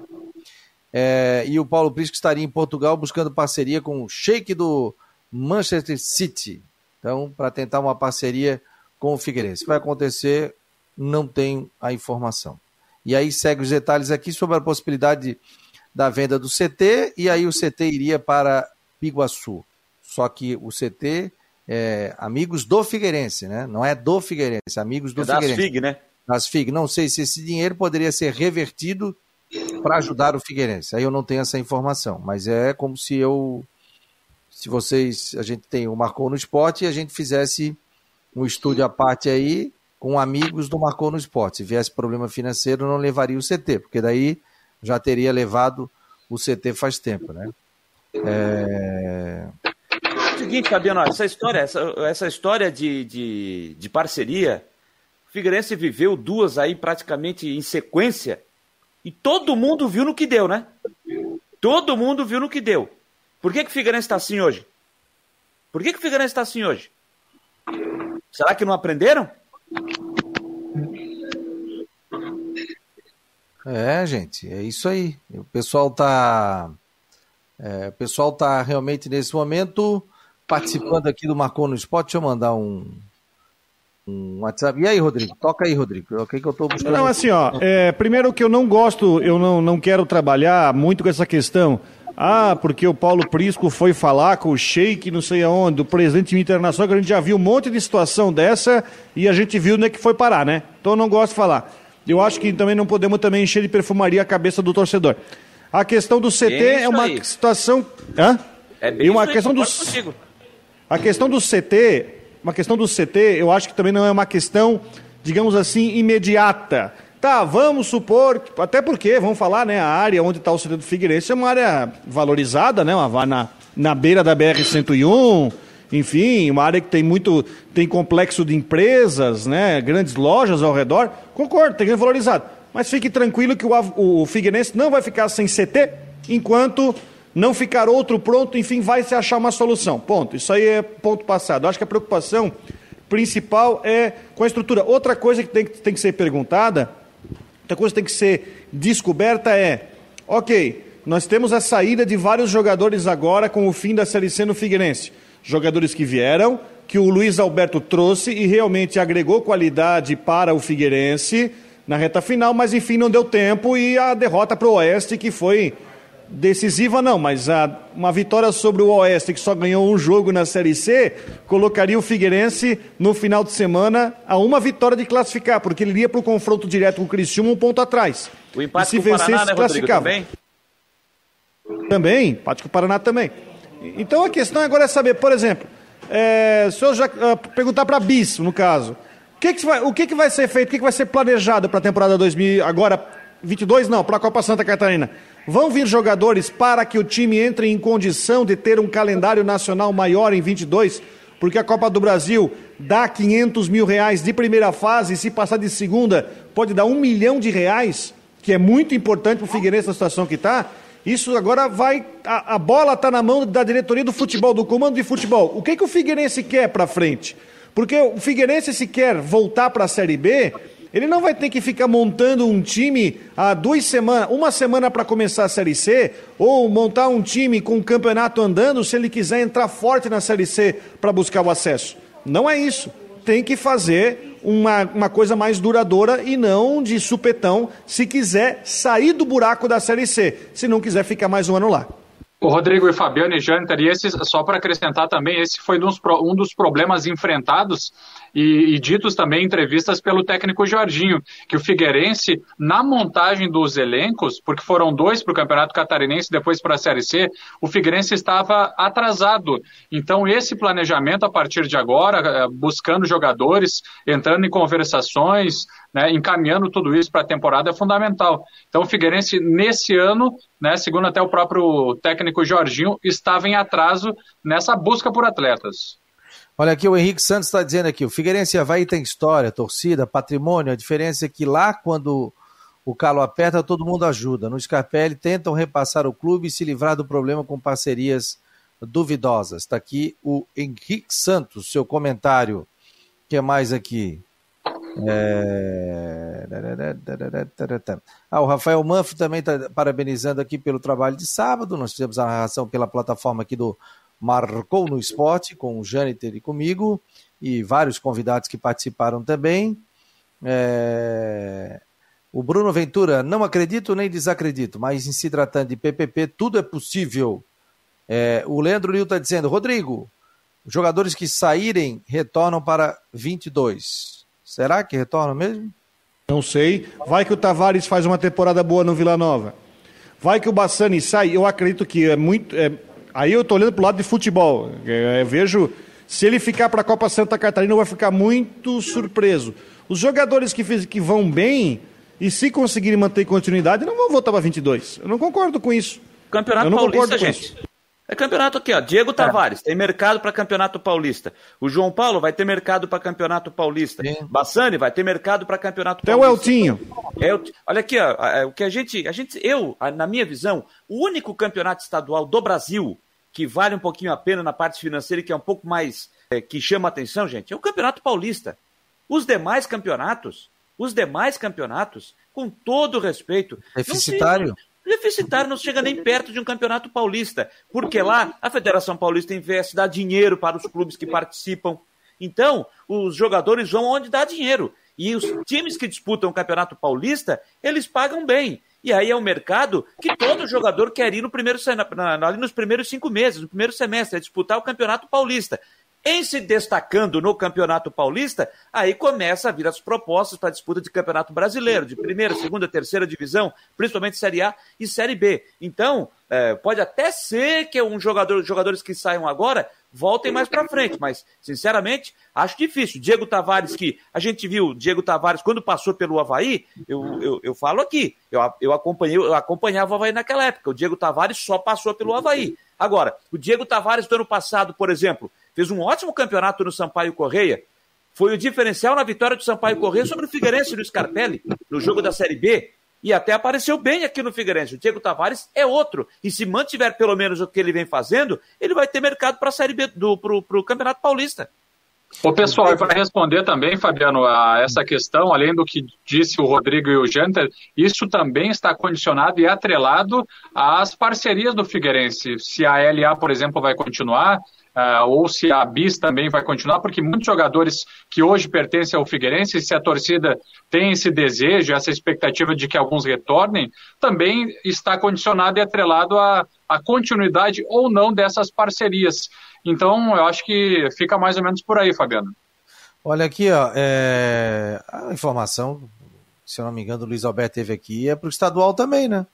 É, e o Paulo Prisco estaria em Portugal buscando parceria com o Sheik do Manchester City. Então, para tentar uma parceria com o Figueirense. Vai acontecer, não tenho a informação. E aí segue os detalhes aqui sobre a possibilidade da venda do C T, e aí o C T iria para Piguaçu. Só que o C T é amigos do Figueirense, né? Não é do Figueirense, amigos do
é das
Figueirense.
F I G, né?
Das F I G. Não sei se esse dinheiro poderia ser revertido para ajudar o Figueirense. Aí eu não tenho essa informação, mas é como se eu, se vocês, a gente tem o Marcou no Esporte e a gente fizesse um estúdio à parte aí com amigos do Marcou no Esporte. Se viesse problema financeiro, não levaria o C T, porque daí já teria levado o C T faz tempo, né? É...
Seguinte, Fabiano, essa história, essa, essa história de, de, de parceria, o Figueirense viveu duas aí praticamente em sequência e todo mundo viu no que deu, né? Todo mundo viu no que deu. Por que, que o Figueirense está assim hoje? Por que, que o Figueirense está assim hoje? Será que não aprenderam?
É, gente, é isso aí. O pessoal tá, é, o pessoal tá realmente nesse momento participando aqui do Marcou no Esporte. Deixa eu mandar um, um WhatsApp. E aí, Rodrigo? Toca aí, Rodrigo. O que, que eu tô buscando?
Não, assim, ó, é, primeiro que eu não gosto, eu não, não quero trabalhar muito com essa questão. Ah, porque o Paulo Prisco foi falar com o Sheik, não sei aonde, do presidente internacional, que a gente já viu um monte de situação dessa e a gente viu onde é que foi parar, né? Então eu não gosto de falar. Eu acho que também não podemos também encher de perfumaria a cabeça do torcedor. A questão do C T é, é uma aí. situação... Hã?
É bem
e uma
isso
questão
aí,
do... A questão do C T, uma questão do C T, eu acho que também não é uma questão, digamos assim, imediata. Tá, vamos supor, até porque, vamos falar, né, a área onde está o C T do Figueirense é uma área valorizada, né, uma, na, na beira da B R cento e um, enfim, uma área que tem muito, tem complexo de empresas, né, grandes lojas ao redor, concordo, tem que ser valorizado. Mas fique tranquilo que o, o Figueirense não vai ficar sem C T, enquanto não ficar outro pronto, enfim, vai se achar uma solução, ponto. Isso aí é ponto passado. Eu acho que a preocupação principal é com a estrutura. Outra coisa que tem, tem que ser perguntada, outra coisa que tem que ser descoberta é, ok, nós temos a saída de vários jogadores agora com o fim da Série C no Figueirense. Jogadores que vieram, que o Luiz Alberto trouxe e realmente agregou qualidade para o Figueirense na reta final, mas enfim não deu tempo e a derrota para o Oeste, que foi decisiva não, mas a, uma vitória sobre o Oeste, que só ganhou um jogo na Série C, colocaria o Figueirense no final de semana a uma vitória de classificar, porque ele iria para o confronto direto com o Criciúma um ponto atrás.
O empate
e se
com
vencesse,
o Paraná, né, Rodrigo, também?
Também, empate com o Paraná também. Então a questão agora é saber, por exemplo, é, se eu já uh, perguntar para a Bis, no caso, o que, que, vai, o que, que vai ser feito, o que, que vai ser planejado para a temporada dois mil, agora vinte e dois, não, para a Copa Santa Catarina? Vão vir jogadores para que o time entre em condição de ter um calendário nacional maior em vinte e dois, porque a Copa do Brasil dá quinhentos mil reais de primeira fase, e se passar de segunda pode dar um milhão de reais, que é muito importante para o Figueirense na situação que está. Isso agora vai, a, a bola está na mão da diretoria do futebol, do comando de futebol. O que, que o Figueirense quer para frente? Porque o Figueirense, se quer voltar para a Série B, ele não vai ter que ficar montando um time há duas semanas, uma semana para começar a Série C, ou montar um time com o campeonato andando se ele quiser entrar forte na Série C para buscar o acesso. Não é isso. Tem que fazer uma, uma coisa mais duradoura e não de supetão se quiser sair do buraco da Série C, se não quiser ficar mais um ano lá.
O Rodrigo e Fabiano e Jâniter, e esse, só para acrescentar também, esse foi um dos, um dos problemas enfrentados e, e ditos também em entrevistas pelo técnico Jorginho, que o Figueirense, na montagem dos elencos, porque foram dois para o Campeonato Catarinense e depois para a Série C, o Figueirense estava atrasado. Então esse planejamento a partir de agora, buscando jogadores, entrando em conversações, né, encaminhando tudo isso para a temporada é fundamental. Então o Figueirense nesse ano, né, segundo até o próprio técnico Jorginho, estava em atraso nessa busca por atletas.
Olha aqui, o Henrique Santos está dizendo aqui, o Figueirense e Avaí tem história, torcida, patrimônio, a diferença é que lá quando o calo aperta todo mundo ajuda. No Scarpelli tentam repassar o clube e se livrar do problema com parcerias duvidosas. Está aqui o Henrique Santos, seu comentário. O que mais aqui? É... Ah, o Rafael Manfro também está parabenizando aqui pelo trabalho de sábado. Nós fizemos a narração pela plataforma aqui do Marcou no Esporte, com o Jâniter e comigo, e vários convidados que participaram também. É... O Bruno Ventura, não acredito nem desacredito, mas em se tratando de P P P, tudo é possível. É... O Leandro Lil está dizendo, Rodrigo, os jogadores que saírem retornam para vinte e dois. Será que retornam mesmo?
Não sei. Vai que o Tavares faz uma temporada boa no Vila Nova. Vai que o Bassani sai. Eu acredito que é muito... É... Aí eu estou olhando para o lado de futebol. Eu vejo, se ele ficar para a Copa Santa Catarina, eu vou ficar muito surpreso. Os jogadores que, fiz, que vão bem, e se conseguirem manter continuidade, não vão voltar para vinte e dois. Eu não concordo com isso.
Campeonato
eu não
Paulista, gente.
Isso.
É campeonato aqui, ó. Diego Tavares, é. tem mercado para Campeonato Paulista. O João Paulo vai ter mercado para Campeonato Paulista. Sim. Bassani vai ter mercado para Campeonato
Até
Paulista.
Até o Eltinho.
É, olha aqui, ó, o que a gente, a gente, eu, na minha visão, o único campeonato estadual do Brasil que vale um pouquinho a pena na parte financeira e que é um pouco mais, é, que chama a atenção, gente, é o Campeonato Paulista. Os demais campeonatos, os demais campeonatos, com todo respeito...
Deficitário?
Se, Deficitário não chega nem perto de um campeonato paulista, porque lá a Federação Paulista investe, dá dinheiro para os clubes que participam. Então, os jogadores vão onde dá dinheiro. E os times que disputam o Campeonato Paulista, eles pagam bem. E aí é um mercado que todo jogador quer ir no primeiro, na, ali nos primeiros cinco meses, no primeiro semestre, é disputar o Campeonato Paulista. Em se destacando no Campeonato Paulista, aí começa a vir as propostas para a disputa de Campeonato Brasileiro, de primeira, segunda, terceira divisão, principalmente Série A e Série B. Então, é, pode até ser que um jogador, jogadores que saiam agora voltem mais para frente, mas, sinceramente, acho difícil. Diego Tavares, que a gente viu, Diego Tavares, quando passou pelo Avaí, eu, eu, eu falo aqui, eu, eu, acompanhei, eu acompanhava o Avaí naquela época, o Diego Tavares só passou pelo Avaí. Agora, o Diego Tavares do ano passado, por exemplo, fez um ótimo campeonato no Sampaio Corrêa, foi o diferencial na vitória do Sampaio Corrêa sobre o Figueirense no Scarpelli, no jogo da Série B, e até apareceu bem aqui no Figueirense. O Diego Tavares é outro, e se mantiver pelo menos o que ele vem fazendo, ele vai ter mercado para a Série B, para o Campeonato Paulista.
Ô pessoal, e para responder também, Fabiano, a essa questão, além do que disse o Rodrigo e o Janter, isso também está condicionado e atrelado às parcerias do Figueirense. Se a L A, por exemplo, vai continuar, Uh, ou se a Bis também vai continuar, porque muitos jogadores que hoje pertencem ao Figueirense, se a torcida tem esse desejo, essa expectativa de que alguns retornem, também está condicionado e atrelado à, à continuidade ou não dessas parcerias. Então, eu acho que fica mais ou menos por aí, Fabiano.
Olha aqui, ó, é... a informação, se eu não me engano, o Luiz Alberto teve aqui, é para o estadual também, né?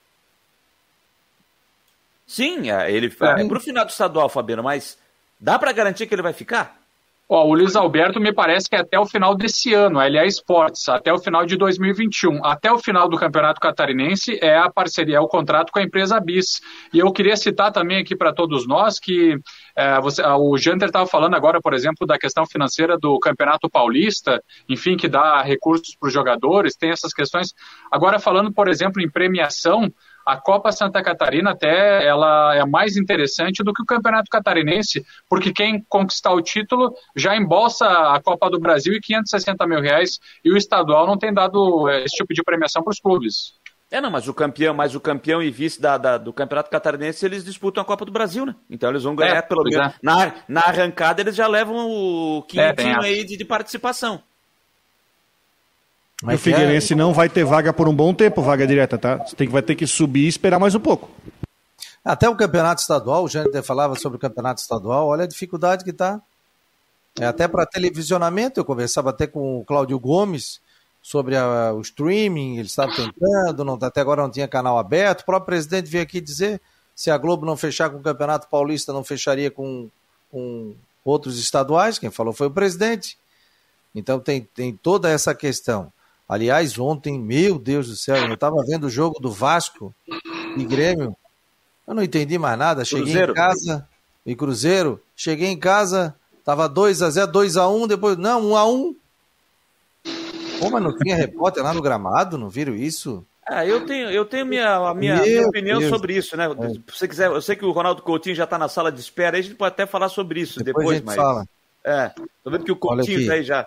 Sim, ele é, é para o final do estadual, Fabiano, mas dá para garantir que ele vai ficar?
Ó, o Luiz Alberto me parece que é até o final desse ano, a L A Esportes, até o final de dois mil e vinte e um. Até o final do Campeonato Catarinense é a parceria, é o contrato com a empresa Bis. E eu queria citar também aqui para todos nós que é, você, o Janter estava falando agora, por exemplo, da questão financeira do Campeonato Paulista, enfim, que dá recursos para os jogadores, tem essas questões. Agora falando, por exemplo, em premiação, a Copa Santa Catarina até ela é mais interessante do que o Campeonato Catarinense, porque quem conquistar o título já embolsa a Copa do Brasil e quinhentos e sessenta mil reais, e o estadual não tem dado esse tipo de premiação para os clubes.
É, não, mas o campeão, mas o campeão e vice da, da, do Campeonato Catarinense, eles disputam a Copa do Brasil, né? Então eles vão ganhar é, pelo menos. É. Na, na arrancada eles já levam o quinhentinho é, aí de, de participação.
Mas o Figueirense é... não vai ter vaga por um bom tempo, vaga direta, tá? Você tem que, vai ter que subir e esperar mais um pouco.
Até o campeonato estadual, o Jâniter falava sobre o campeonato estadual, olha a dificuldade que está. É, até para televisionamento, eu conversava até com o Cláudio Gomes sobre a, o streaming, ele estava tentando, não, até agora não tinha canal aberto. O próprio presidente veio aqui dizer, se a Globo não fechar com o Campeonato Paulista, não fecharia com, com outros estaduais, quem falou foi o presidente. Então tem, tem toda essa questão. Aliás, ontem, meu Deus do céu, eu estava vendo o jogo do Vasco e Grêmio, eu não entendi mais nada, cheguei Cruzeiro. em casa, e Cruzeiro, cheguei em casa, estava dois a zero, dois a um, depois, não, um a um. Pô, mas não tinha repórter lá no gramado, não viram isso?
Ah, eu tenho, eu tenho minha, a minha, minha opinião Deus. sobre isso, né? É. Se você quiser, eu sei que o Ronaldo Coutinho já está na sala de espera, aí a gente pode até falar sobre isso depois, depois a gente mas... fala. É, tô vendo que o Coutinho está aí já.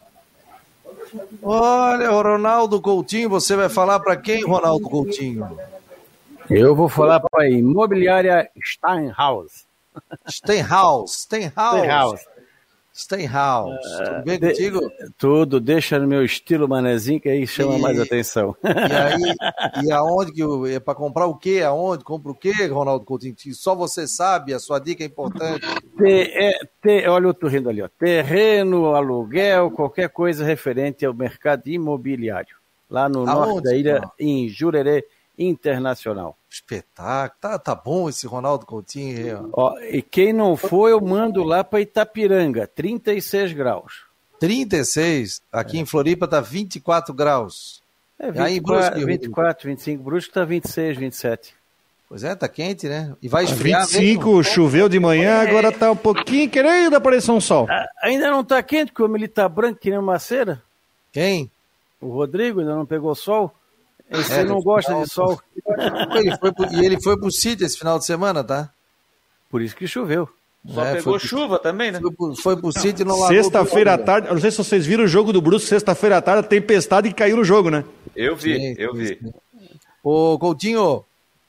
Olha, o Ronaldo Coutinho, você vai falar para quem, Ronaldo Coutinho?
Eu vou falar para a imobiliária Steinhaus.
Steinhaus, Steinhaus. Steinhaus. Uh, Tudo bem de, contigo?
Tudo, deixa no meu estilo manezinho, que aí chama e, mais atenção.
E aí, e aonde que eu, é para comprar o quê? Aonde? Compra o quê, Ronaldo Coutinho? Só você sabe, a sua dica é importante.
Te, é, te, olha eu tô rindo ali, ó. Terreno, aluguel, qualquer coisa referente ao mercado imobiliário. Lá no aonde, norte da ilha, não? Em Jurerê Internacional.
Espetáculo, tá, tá bom esse Ronaldo Coutinho.
Ó, e quem não for, eu mando lá para Itapiranga, trinta e seis graus.
trinta e seis? Aqui é. Em Floripa tá vinte e quatro graus.
É, vinte e quatro, aí em Brusque, vinte e quatro, vinte e cinco, Brusque tá vinte e seis, vinte e sete.
Pois é, tá quente, né? E vai esfriar
vinte e cinco, mesmo. Choveu de manhã, agora tá um pouquinho querendo aparecer um sol.
Ah, ainda não tá quente, como ele tá branco que nem uma cera.
Quem?
O Rodrigo ainda não pegou sol. Esse é, não gosta final... de sol.
Ele foi pro... E ele foi pro sítio esse final de semana, tá?
Por isso que choveu.
Só é, pegou pro... chuva também, né?
Foi pro, foi pro sítio e não largou.
Sexta-feira à tarde, não sei se vocês viram o jogo do Brusque, sexta-feira à tarde, a tempestade que caiu no jogo, né?
Eu vi, sim, eu vi.
Ô, Coutinho,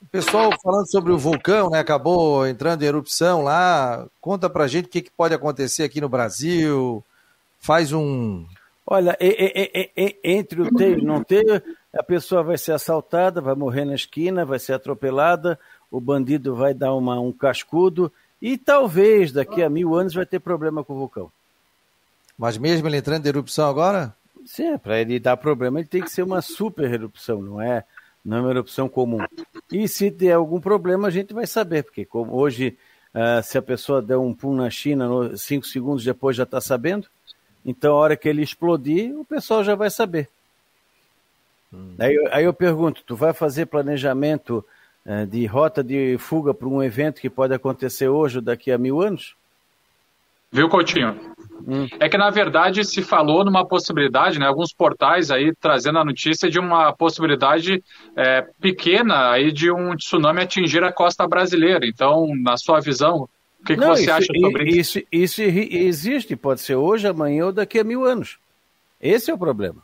O pessoal falando sobre o vulcão, né? Acabou entrando em erupção lá. Conta pra gente o que, que pode acontecer aqui no Brasil. Faz um...
Olha, é, é, é, é, entre o ter e não ter, a pessoa vai ser assaltada, vai morrer na esquina, vai ser atropelada, o bandido vai dar uma, um cascudo e talvez daqui a mil anos vai ter problema com o vulcão.
Mas mesmo ele entrando em erupção agora?
Sim, para ele dar problema ele tem que ser uma super erupção, não é, não é uma erupção comum. E se der algum problema a gente vai saber, porque como hoje, uh, se a pessoa der um pum na China, no, cinco segundos depois já está sabendo. Então, a hora que ele explodir, o pessoal já vai saber. Hum. Aí, aí eu pergunto, tu vai fazer planejamento uh, de rota de fuga para um evento que pode acontecer hoje ou daqui a mil anos?
Viu, Coutinho? Hum. É que, na verdade, se falou numa possibilidade, né, alguns portais aí trazendo a notícia de uma possibilidade é, pequena aí de um tsunami atingir a costa brasileira. Então, na sua visão... O que, que
Não,
você
isso,
acha sobre
isso? Isso, isso existe, pode ser hoje, amanhã ou daqui a mil anos. Esse é o problema.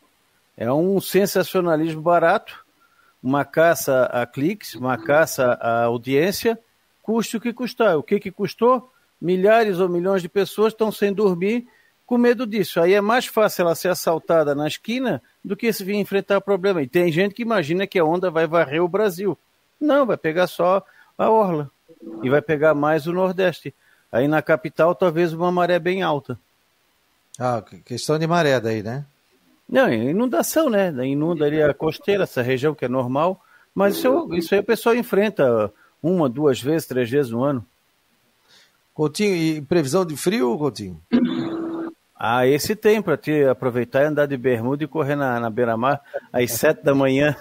É um sensacionalismo barato, uma caça a cliques, uma caça a audiência, custe o que custar. O que, que custou? Milhares ou milhões de pessoas estão sem dormir com medo disso. Aí é mais fácil ela ser assaltada na esquina do que se vir enfrentar o problema. E tem gente que imagina que a onda vai varrer o Brasil. Não, vai pegar só a orla. E vai pegar mais o Nordeste. Aí na capital, talvez uma maré bem alta.
Ah, questão de maré daí, né?
Não, inundação, né? Inunda ali a costeira, essa região que é normal. Mas isso, isso aí o pessoal enfrenta uma, duas vezes, três vezes no ano.
Coutinho, e previsão de frio, Coutinho?
Ah, esse tem para te aproveitar e andar de bermuda e correr na, na beira-mar às sete da manhã.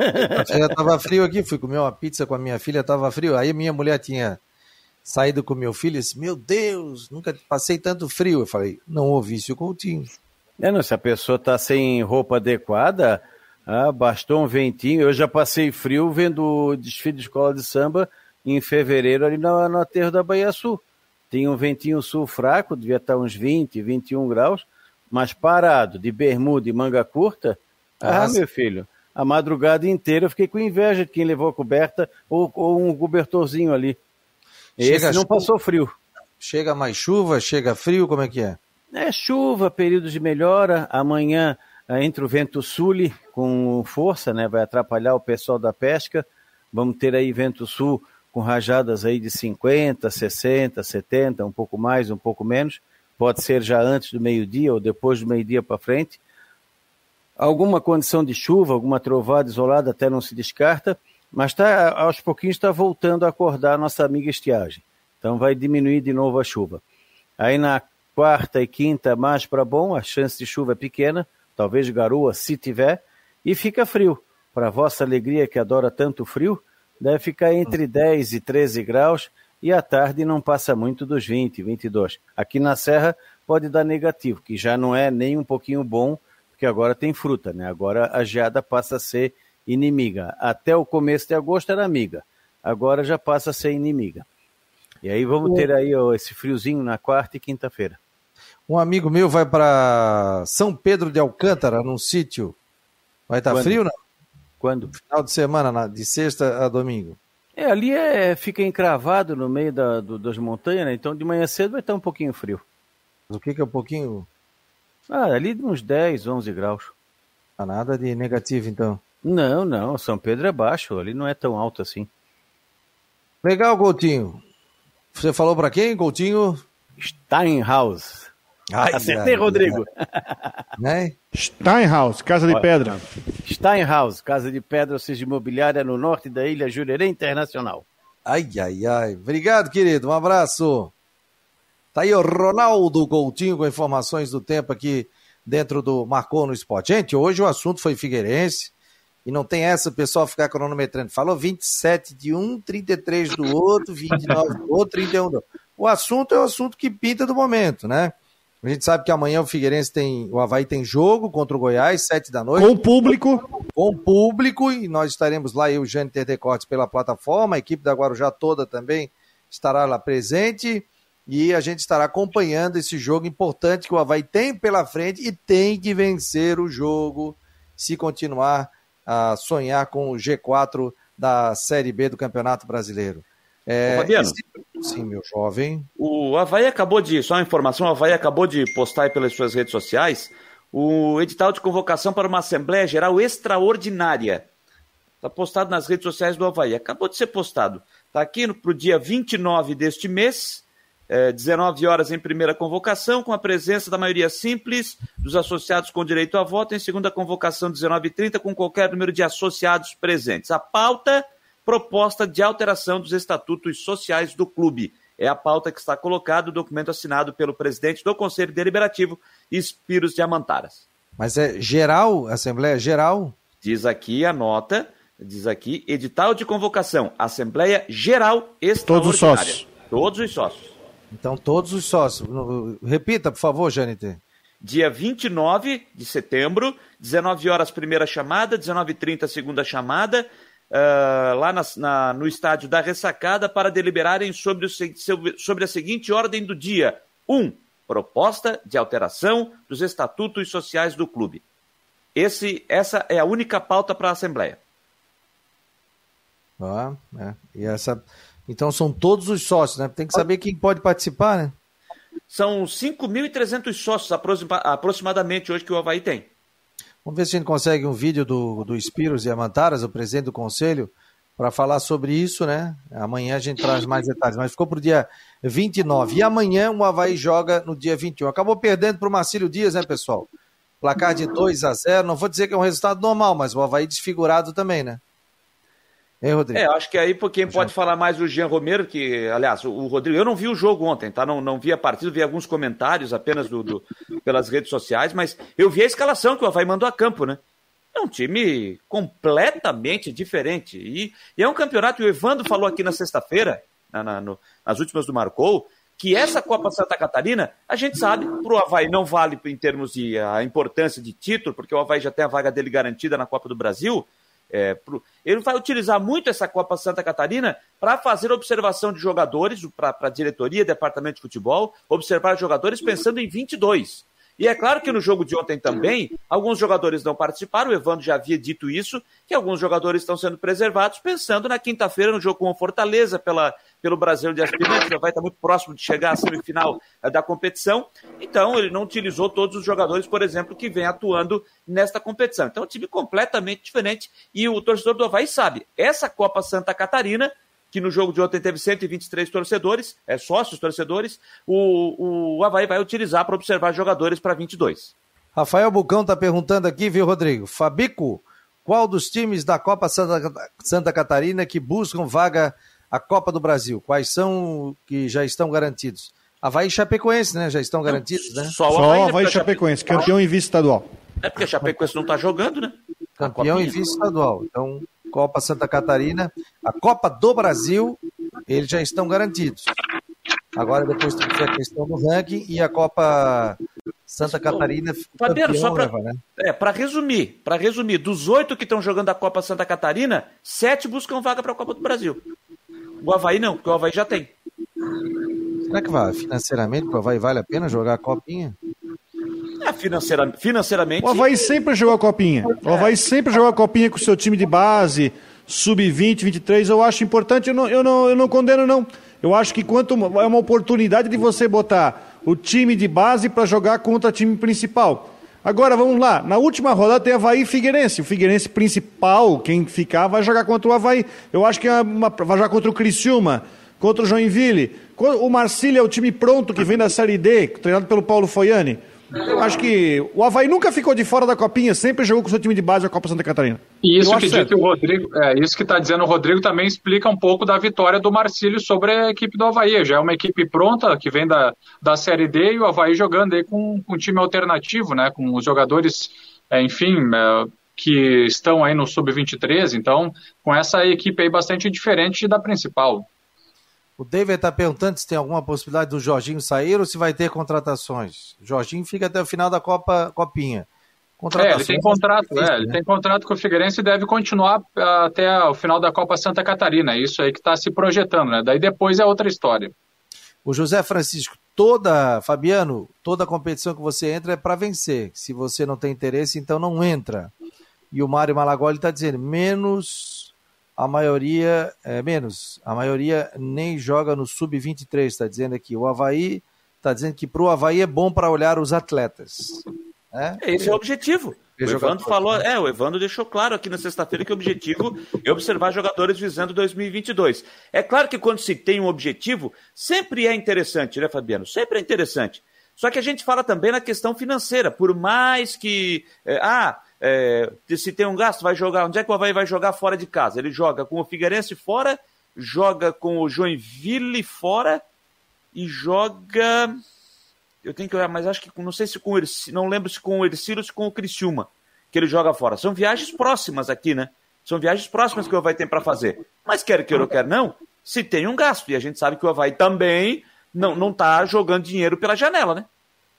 Já tava frio aqui, fui comer uma pizza com a minha filha, tava frio. Aí minha mulher tinha saído com meu filho e disse, meu Deus, nunca passei tanto frio. Eu falei, não ouvi isso, Coutinho.
É, não, se a pessoa tá sem roupa adequada, ah, bastou um ventinho. Eu já passei frio vendo o desfile de escola de samba em fevereiro ali no, no aterro da Bahia Sul. Tinha um ventinho sul fraco, devia estar uns vinte, vinte e um graus, mas parado, de bermuda e manga curta, ah,
Nossa.
Meu filho, a madrugada inteira eu fiquei com inveja de quem levou a coberta ou, ou um cobertorzinho ali. Esse não passou frio.
Chega mais chuva, chega frio, como é que é?
É chuva, período de melhora, amanhã entra o vento sul com força, né, vai atrapalhar o pessoal da pesca, vamos ter aí vento sul com rajadas aí de cinquenta, sessenta, setenta, um pouco mais, um pouco menos, pode ser já antes do meio-dia ou depois do meio-dia para frente. Alguma condição de chuva, alguma trovada isolada até não se descarta, mas tá, aos pouquinhos está voltando a acordar a nossa amiga estiagem. Então vai diminuir de novo a chuva. Aí na quarta e quinta, mais para bom, a chance de chuva é pequena, talvez garoa se tiver, e fica frio. Para a vossa alegria que adora tanto frio, deve ficar entre dez e treze graus e à tarde não passa muito dos vinte, vinte e dois. Aqui na Serra pode dar negativo, que já não é nem um pouquinho bom, porque agora tem fruta, né? Agora a geada passa a ser inimiga. Até o começo de agosto era amiga, agora já passa a ser inimiga. E aí vamos ter aí ó, esse friozinho na quarta e quinta-feira.
Um amigo meu vai para São Pedro de Alcântara, num sítio. Vai estar tá frio, não?
Quando?
Final de semana, de sexta a domingo.
É, ali é, fica encravado no meio da, do, das montanhas, né? Então de manhã cedo vai estar um pouquinho frio.
O que que é um pouquinho?
Ah, ali uns dez, onze graus.
Ah, nada de negativo, então.
Não, não, São Pedro é baixo, ali não é tão alto assim.
Legal, Coutinho. Você falou para quem, Coutinho?
Steinhaus.
Ai,
Acertei, ai, Rodrigo.
Né?
Steinhaus, Casa de Pedra.
Steinhaus, Casa de Pedra, ou seja, imobiliária no norte da ilha Jurerê Internacional.
Ai, ai, ai. Obrigado, querido. Um abraço. Tá aí o Ronaldo Coutinho com informações do tempo aqui dentro do Marcou no Esporte. Gente, hoje o assunto foi Figueirense e não tem essa o pessoal ficar cronometrando. Falou vinte e sete de um, trinta e três do outro, vinte e nove do outro, trinta e um do outro. O assunto é o assunto que pinta do momento, né? A gente sabe que amanhã o Figueirense tem, o Avaí tem jogo contra o Goiás, sete da noite.
Com público.
Com público, e nós estaremos lá, eu e o Jânio Terdecortes pela plataforma, a equipe da Guarujá toda também estará lá presente, e a gente estará acompanhando esse jogo importante que o Avaí tem pela frente e tem que vencer o jogo se continuar a sonhar com o G quatro da Série B do Campeonato Brasileiro. É,
Ô, Fabiano,
esse... Sim, meu jovem.
O Avaí acabou de, só uma informação, o Avaí acabou de postar aí pelas suas redes sociais o edital de convocação para uma Assembleia Geral Extraordinária. Está postado nas redes sociais do Avaí, acabou de ser postado. Está aqui para o dia vinte e nove deste mês, é, dezenove horas em primeira convocação, com a presença da maioria simples dos associados com direito a voto, em segunda convocação, dezenove e trinta, com qualquer número de associados presentes. A pauta... proposta de alteração dos estatutos sociais do clube. É a pauta que está colocada, o documento assinado pelo presidente do Conselho Deliberativo, Spyros Diamantaras.
Mas é geral, Assembleia Geral?
Diz aqui a nota, diz aqui, edital de convocação, Assembleia Geral Extraordinária.
Todos os sócios.
Todos os sócios.
Então, todos os sócios. Repita, por favor, Janete.
Dia vinte e nove de setembro, dezenove horas, primeira chamada, dezenove e trinta, segunda chamada, Uh, lá na, na, no estádio da Ressacada para deliberarem sobre, o, sobre a seguinte ordem do dia. um. Proposta de alteração dos estatutos sociais do clube. Esse, essa é a única pauta para a Assembleia.
Ah, é. E essa... Então são todos os sócios, né? Tem que saber quem pode participar, né?
São cinco mil e trezentos sócios aproxima, aproximadamente hoje que o Avaí tem.
Vamos ver se a gente consegue um vídeo do, do Spyros Diamantaras, o presidente do conselho, para falar sobre isso, né? Amanhã a gente traz mais detalhes, mas ficou para o dia vinte e nove. E amanhã o Avaí joga no dia vinte e um. Acabou perdendo para o Marcílio Dias, né, pessoal? Placar de dois a zero, não vou dizer que é um resultado normal, mas o Avaí desfigurado também, né? Hein, Rodrigo?
É, acho que aí quem pode falar mais o Jean Romero, que, aliás, o, o Rodrigo, eu não vi o jogo ontem, tá? Não, não vi a partida, vi alguns comentários apenas do, do, pelas redes sociais, mas eu vi a escalação que o Avaí mandou a campo, né? É um time completamente diferente. E, e é um campeonato, o Evandro falou aqui na sexta-feira, na, na, no, nas últimas do Marcou, que essa Copa Santa Catarina, a gente sabe, para o Avaí não vale em termos de a importância de título, porque o Avaí já tem a vaga dele garantida na Copa do Brasil. É, pro, ele vai utilizar muito essa Copa Santa Catarina para fazer observação de jogadores, para a diretoria, departamento de futebol, observar jogadores pensando em vinte e dois. E é claro que no jogo de ontem também, alguns jogadores não participaram, o Evandro já havia dito isso, que alguns jogadores estão sendo preservados pensando na quinta-feira no jogo com o Fortaleza pela, pelo Brasileiro de Aspirantes, vai estar muito próximo de chegar à semifinal da competição, então ele não utilizou todos os jogadores, por exemplo, que vem atuando nesta competição. Então é um time completamente diferente e o torcedor do Avaí sabe, essa Copa Santa Catarina, que no jogo de ontem teve cento e vinte e três torcedores, é, sócios torcedores, o, o Avaí vai utilizar para observar jogadores para vinte e dois.
Rafael Bucão está perguntando aqui, viu, Rodrigo? Fabico, qual dos times da Copa Santa, Santa Catarina que buscam vaga à Copa do Brasil? Quais são que já estão garantidos? Avaí e Chapecoense, né? Já estão garantidos, né?
Só o Avaí, Só Avaí e Chapecoense, Chape... campeão em vice-estadual.
É porque a Chapecoense não está jogando, né?
Campeão em vice-estadual. Então, Copa Santa Catarina, a Copa do Brasil, eles já estão garantidos. Agora, depois tem que ver a questão do ranking e a Copa Santa Catarina.
Fabiano, só para né? é, para resumir, para resumir, dos oito que estão jogando a Copa Santa Catarina, sete buscam vaga para a Copa do Brasil. O Avaí não, porque o Avaí já tem.
Será que vai, financeiramente o Avaí vale a pena jogar a Copinha?
É, financeira, financeiramente...
O Avaí sempre jogou a Copinha. O Avaí sempre jogou a Copinha com o seu time de base, sub vinte, vinte e três. Eu acho importante, eu não, eu não, eu não condeno, não. Eu acho que quanto é uma oportunidade de você botar o time de base para jogar contra o time principal. Agora, vamos lá. Na última rodada tem Avaí e Figueirense. O Figueirense principal, quem ficar, vai jogar contra o Avaí. Eu acho que é uma, vai jogar contra o Criciúma, contra o Joinville. O Marcílio é o time pronto que vem da Série D, treinado pelo Paulo Foiani. Eu acho que o Avaí nunca ficou de fora da Copinha, sempre jogou com o seu time de base a Copa Santa Catarina.
E isso que diz que o Rodrigo, é, isso que está dizendo o Rodrigo também explica um pouco da vitória do Marcílio sobre a equipe do Avaí. Já é uma equipe pronta, que vem da, da Série D, e o Avaí jogando aí com, com um time alternativo, né? Com os jogadores, é, enfim, é, que estão aí no sub vinte e três, então com essa equipe aí bastante diferente da principal.
O David está perguntando se tem alguma possibilidade do Jorginho sair ou se vai ter contratações. O Jorginho fica até o final da Copa, Copinha.
É, ele tem contrato, é, difícil, é, ele né? tem contrato com o Figueirense e deve continuar até o final da Copa Santa Catarina. Isso aí que está se projetando, né? Daí depois é outra história.
O José Francisco, toda, Fabiano, toda competição que você entra é para vencer. Se você não tem interesse, então não entra. E o Mário Malagoli está dizendo, menos a maioria, é menos, a maioria nem joga no sub vinte e três, está dizendo aqui. O Avaí está dizendo que para o Avaí é bom para olhar os atletas. Né?
Esse é o objetivo. O Evandro falou, é, o Evandro deixou claro aqui na sexta-feira que o objetivo é observar jogadores visando dois mil e vinte e dois. É claro que quando se tem um objetivo, sempre é interessante, né, Fabiano? Sempre é interessante. Só que a gente fala também na questão financeira, por mais que, é, ah, é, se tem um gasto, vai jogar, onde é que o Avaí vai jogar fora de casa? Ele joga com o Figueirense fora, joga com o Joinville fora e joga... Eu tenho que olhar, mas acho que, não sei se com o Ercílio, não lembro se com o Ercílio ou se com o Criciúma, que ele joga fora. São viagens próximas aqui, né? São viagens próximas que o Avaí tem para fazer. Mas quer queira ou quer não, se tem um gasto. E a gente sabe que o Avaí também não, não tá jogando dinheiro pela janela, né?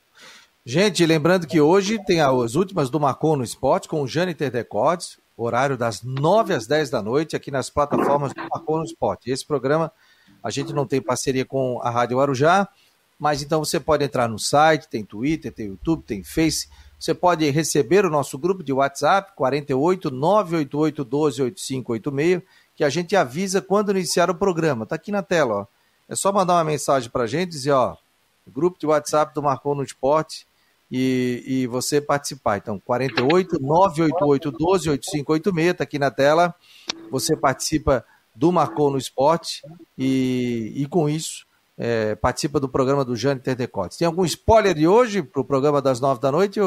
Gente, lembrando que hoje tem as últimas do Marcon no Esporte com o Jâniter Decordes, horário das nove às dez da noite, aqui nas plataformas do Marcon no Esporte. Esse programa a gente não tem parceria com a Rádio Arujá, mas então você pode entrar no site, tem Twitter, tem YouTube, tem Face, você pode receber o nosso grupo de WhatsApp, quarenta e oito, nove oito oito, doze, oitenta e cinco oitenta e seis, que a gente avisa quando iniciar o programa. Está aqui na tela, ó. É só mandar uma mensagem para a gente, dizer, ó, grupo de WhatsApp do Marcon no Esporte, e, e você participar. Então, quarenta e oito, nove oito oito, doze, oitenta e cinco oitenta e seis, está aqui na tela, você participa do Marcon no Esporte, e, e com isso, É, participa do programa do Jâniter Decordes. Tem algum spoiler de hoje para o programa das nove da noite,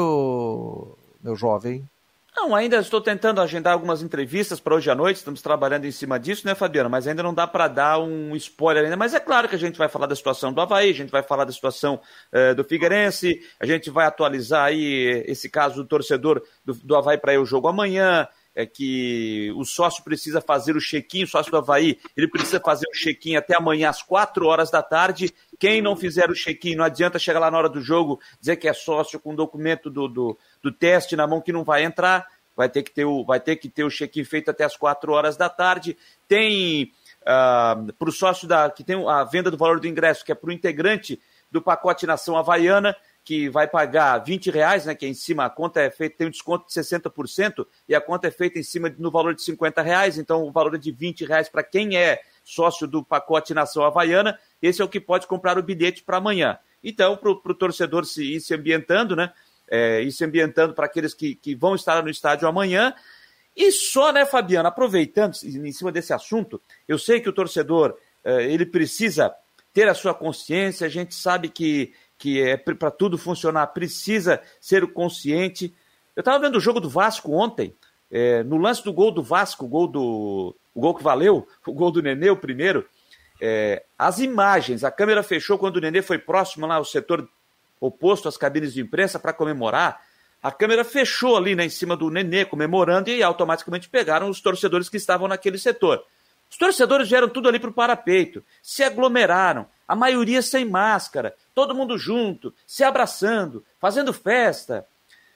ô, meu jovem?
Não, ainda estou tentando agendar algumas entrevistas para hoje à noite, estamos trabalhando em cima disso, né, Fabiano? Mas ainda não dá para dar um spoiler ainda. Mas é claro que a gente vai falar da situação do Avaí, a gente vai falar da situação eh, do Figueirense, a gente vai atualizar aí esse caso do torcedor do, do Avaí para ir ao jogo amanhã, é que o sócio precisa fazer o check-in, o sócio do Avaí, ele precisa fazer o check-in até amanhã às quatro horas da tarde. Quem não fizer o check-in, não adianta chegar lá na hora do jogo, dizer que é sócio com o documento do, do, do teste na mão que não vai entrar, vai ter que ter o, vai ter que ter o check-in feito até às quatro horas da tarde. Tem, uh, para o sócio da, que tem a venda do valor do ingresso, que é para o integrante do pacote Nação Havaiana, que vai pagar vinte reais, né, que é em cima, a conta é feita, tem um desconto de sessenta por cento, e a conta é feita em cima no valor de cinquenta reais, então o valor é de vinte reais para quem é sócio do pacote Nação Havaiana, esse é o que pode comprar o bilhete para amanhã. Então, para o torcedor se ir se ambientando, né, é, ir se ambientando para aqueles que, que vão estar no estádio amanhã. E só, né, Fabiano, aproveitando em cima desse assunto, eu sei que o torcedor, é, ele precisa ter a sua consciência, a gente sabe que que é para tudo funcionar, precisa ser o consciente. Eu estava vendo o jogo do Vasco ontem, é, no lance do gol do Vasco, o gol, do, o gol que valeu, o gol do Nenê, o primeiro, é, as imagens, a câmera fechou quando o Nenê foi próximo lá ao setor oposto às cabines de imprensa para comemorar, a câmera fechou ali, né, em cima do Nenê comemorando e automaticamente pegaram os torcedores que estavam naquele setor. Os torcedores vieram tudo ali para o parapeito, se aglomeraram, a maioria sem máscara, todo mundo junto, se abraçando, fazendo festa.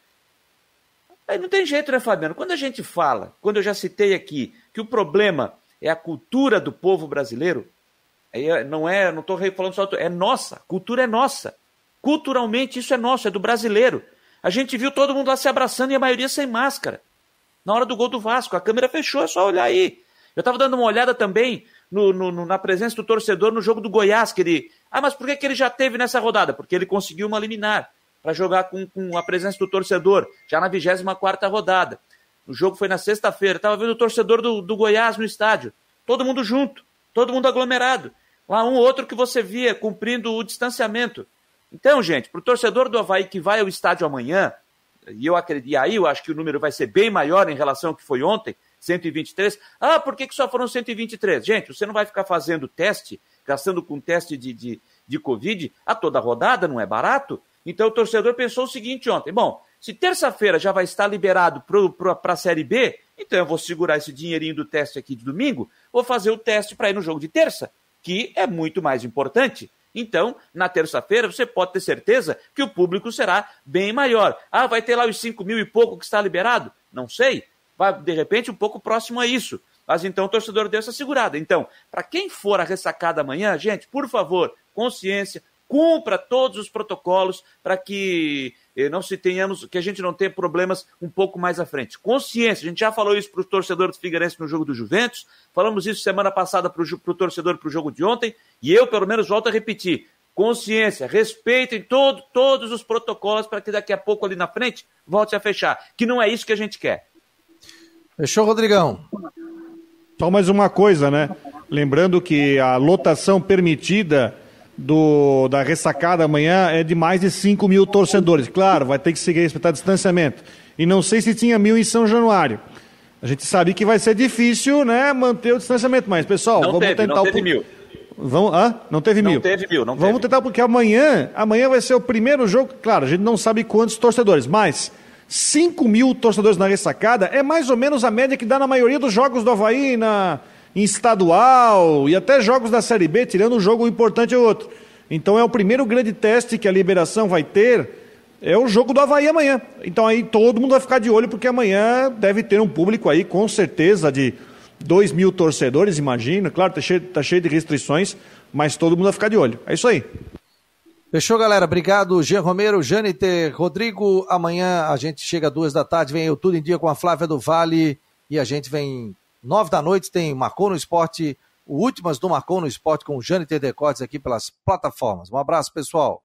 Aí não tem jeito, né, Fabiano? Quando a gente fala, quando eu já citei aqui, que o problema é a cultura do povo brasileiro, aí não é, não estou falando só, é nossa, a cultura é nossa. Culturalmente isso é nosso, é do brasileiro. A gente viu todo mundo lá se abraçando e a maioria sem máscara. Na hora do gol do Vasco, a câmera fechou, é só olhar aí. Eu estava dando uma olhada também no, no, na presença do torcedor no jogo do Goiás, que ele... Ah, mas por que, que ele já teve nessa rodada? Porque ele conseguiu uma liminar para jogar com, com a presença do torcedor, já na vigésima quarta rodada. O jogo foi na sexta-feira, estava vendo o torcedor do, do Goiás no estádio, todo mundo junto, todo mundo aglomerado. Lá um ou outro que você via cumprindo o distanciamento. Então, gente, para o torcedor do Avaí que vai ao estádio amanhã, e eu acredito, e aí eu acho que o número vai ser bem maior em relação ao que foi ontem, cento e vinte e três. Ah, por que, que só foram cento e vinte e três? Gente, você não vai ficar fazendo teste, gastando com teste de, de, de Covid a toda rodada, não é barato? Então o torcedor pensou o seguinte ontem, bom, se terça-feira já vai estar liberado para a Série B, então eu vou segurar esse dinheirinho do teste aqui de domingo, vou fazer o teste para ir no jogo de terça, que é muito mais importante. Então, na terça-feira, você pode ter certeza que o público será bem maior. Ah, vai ter lá os cinco mil e pouco que está liberado? Não sei. Vai, de repente, um pouco próximo a isso. Mas então o torcedor deu essa segurada. Então, para quem for a ressacada amanhã, gente, por favor, consciência, cumpra todos os protocolos para que eh, não se tenhamos, que a gente não tenha problemas um pouco mais à frente. Consciência, a gente já falou isso para o torcedor do Figueirense no jogo do Juventus, falamos isso semana passada para o torcedor para o jogo de ontem, e eu, pelo menos, volto a repetir. Consciência, respeitem todo, todos os protocolos para que daqui a pouco ali na frente volte a fechar, que não é isso que a gente quer.
Fechou, Rodrigão?
Só mais uma coisa, né? Lembrando que a lotação permitida do, da ressacada amanhã é de mais de cinco mil torcedores. Claro, vai ter que seguir respeitar distanciamento. E não sei se tinha mil em São Januário. A gente sabe que vai ser difícil, né, manter o distanciamento, mas, pessoal,
não
vamos
teve,
tentar...
Não
o...
teve mil.
Vamos, ah, não teve
não
mil.
Teve mil não
Vamos
teve.
tentar, porque amanhã, amanhã vai ser o primeiro jogo. Claro, a gente não sabe quantos torcedores, mas cinco mil torcedores na ressacada é mais ou menos a média que dá na maioria dos jogos do Avaí, na, em estadual e até jogos da Série B, tirando um jogo importante ou outro. Então é o primeiro grande teste que a liberação vai ter, é o jogo do Avaí amanhã. Então aí todo mundo vai ficar de olho, porque amanhã deve ter um público aí, com certeza, de dois mil torcedores, imagino. Claro, tá cheio, tá cheio de restrições, mas todo mundo vai ficar de olho. É isso aí.
Fechou, galera. Obrigado, Jean Romero, Jâniter, Rodrigo. Amanhã a gente chega às duas da tarde, vem eu Tudo em Dia com a Flávia do Vale, e a gente vem nove da noite, tem Marcou no Esporte, o Últimas do Marcou no Esporte com o Jâniter Decotes aqui pelas plataformas. Um abraço, pessoal.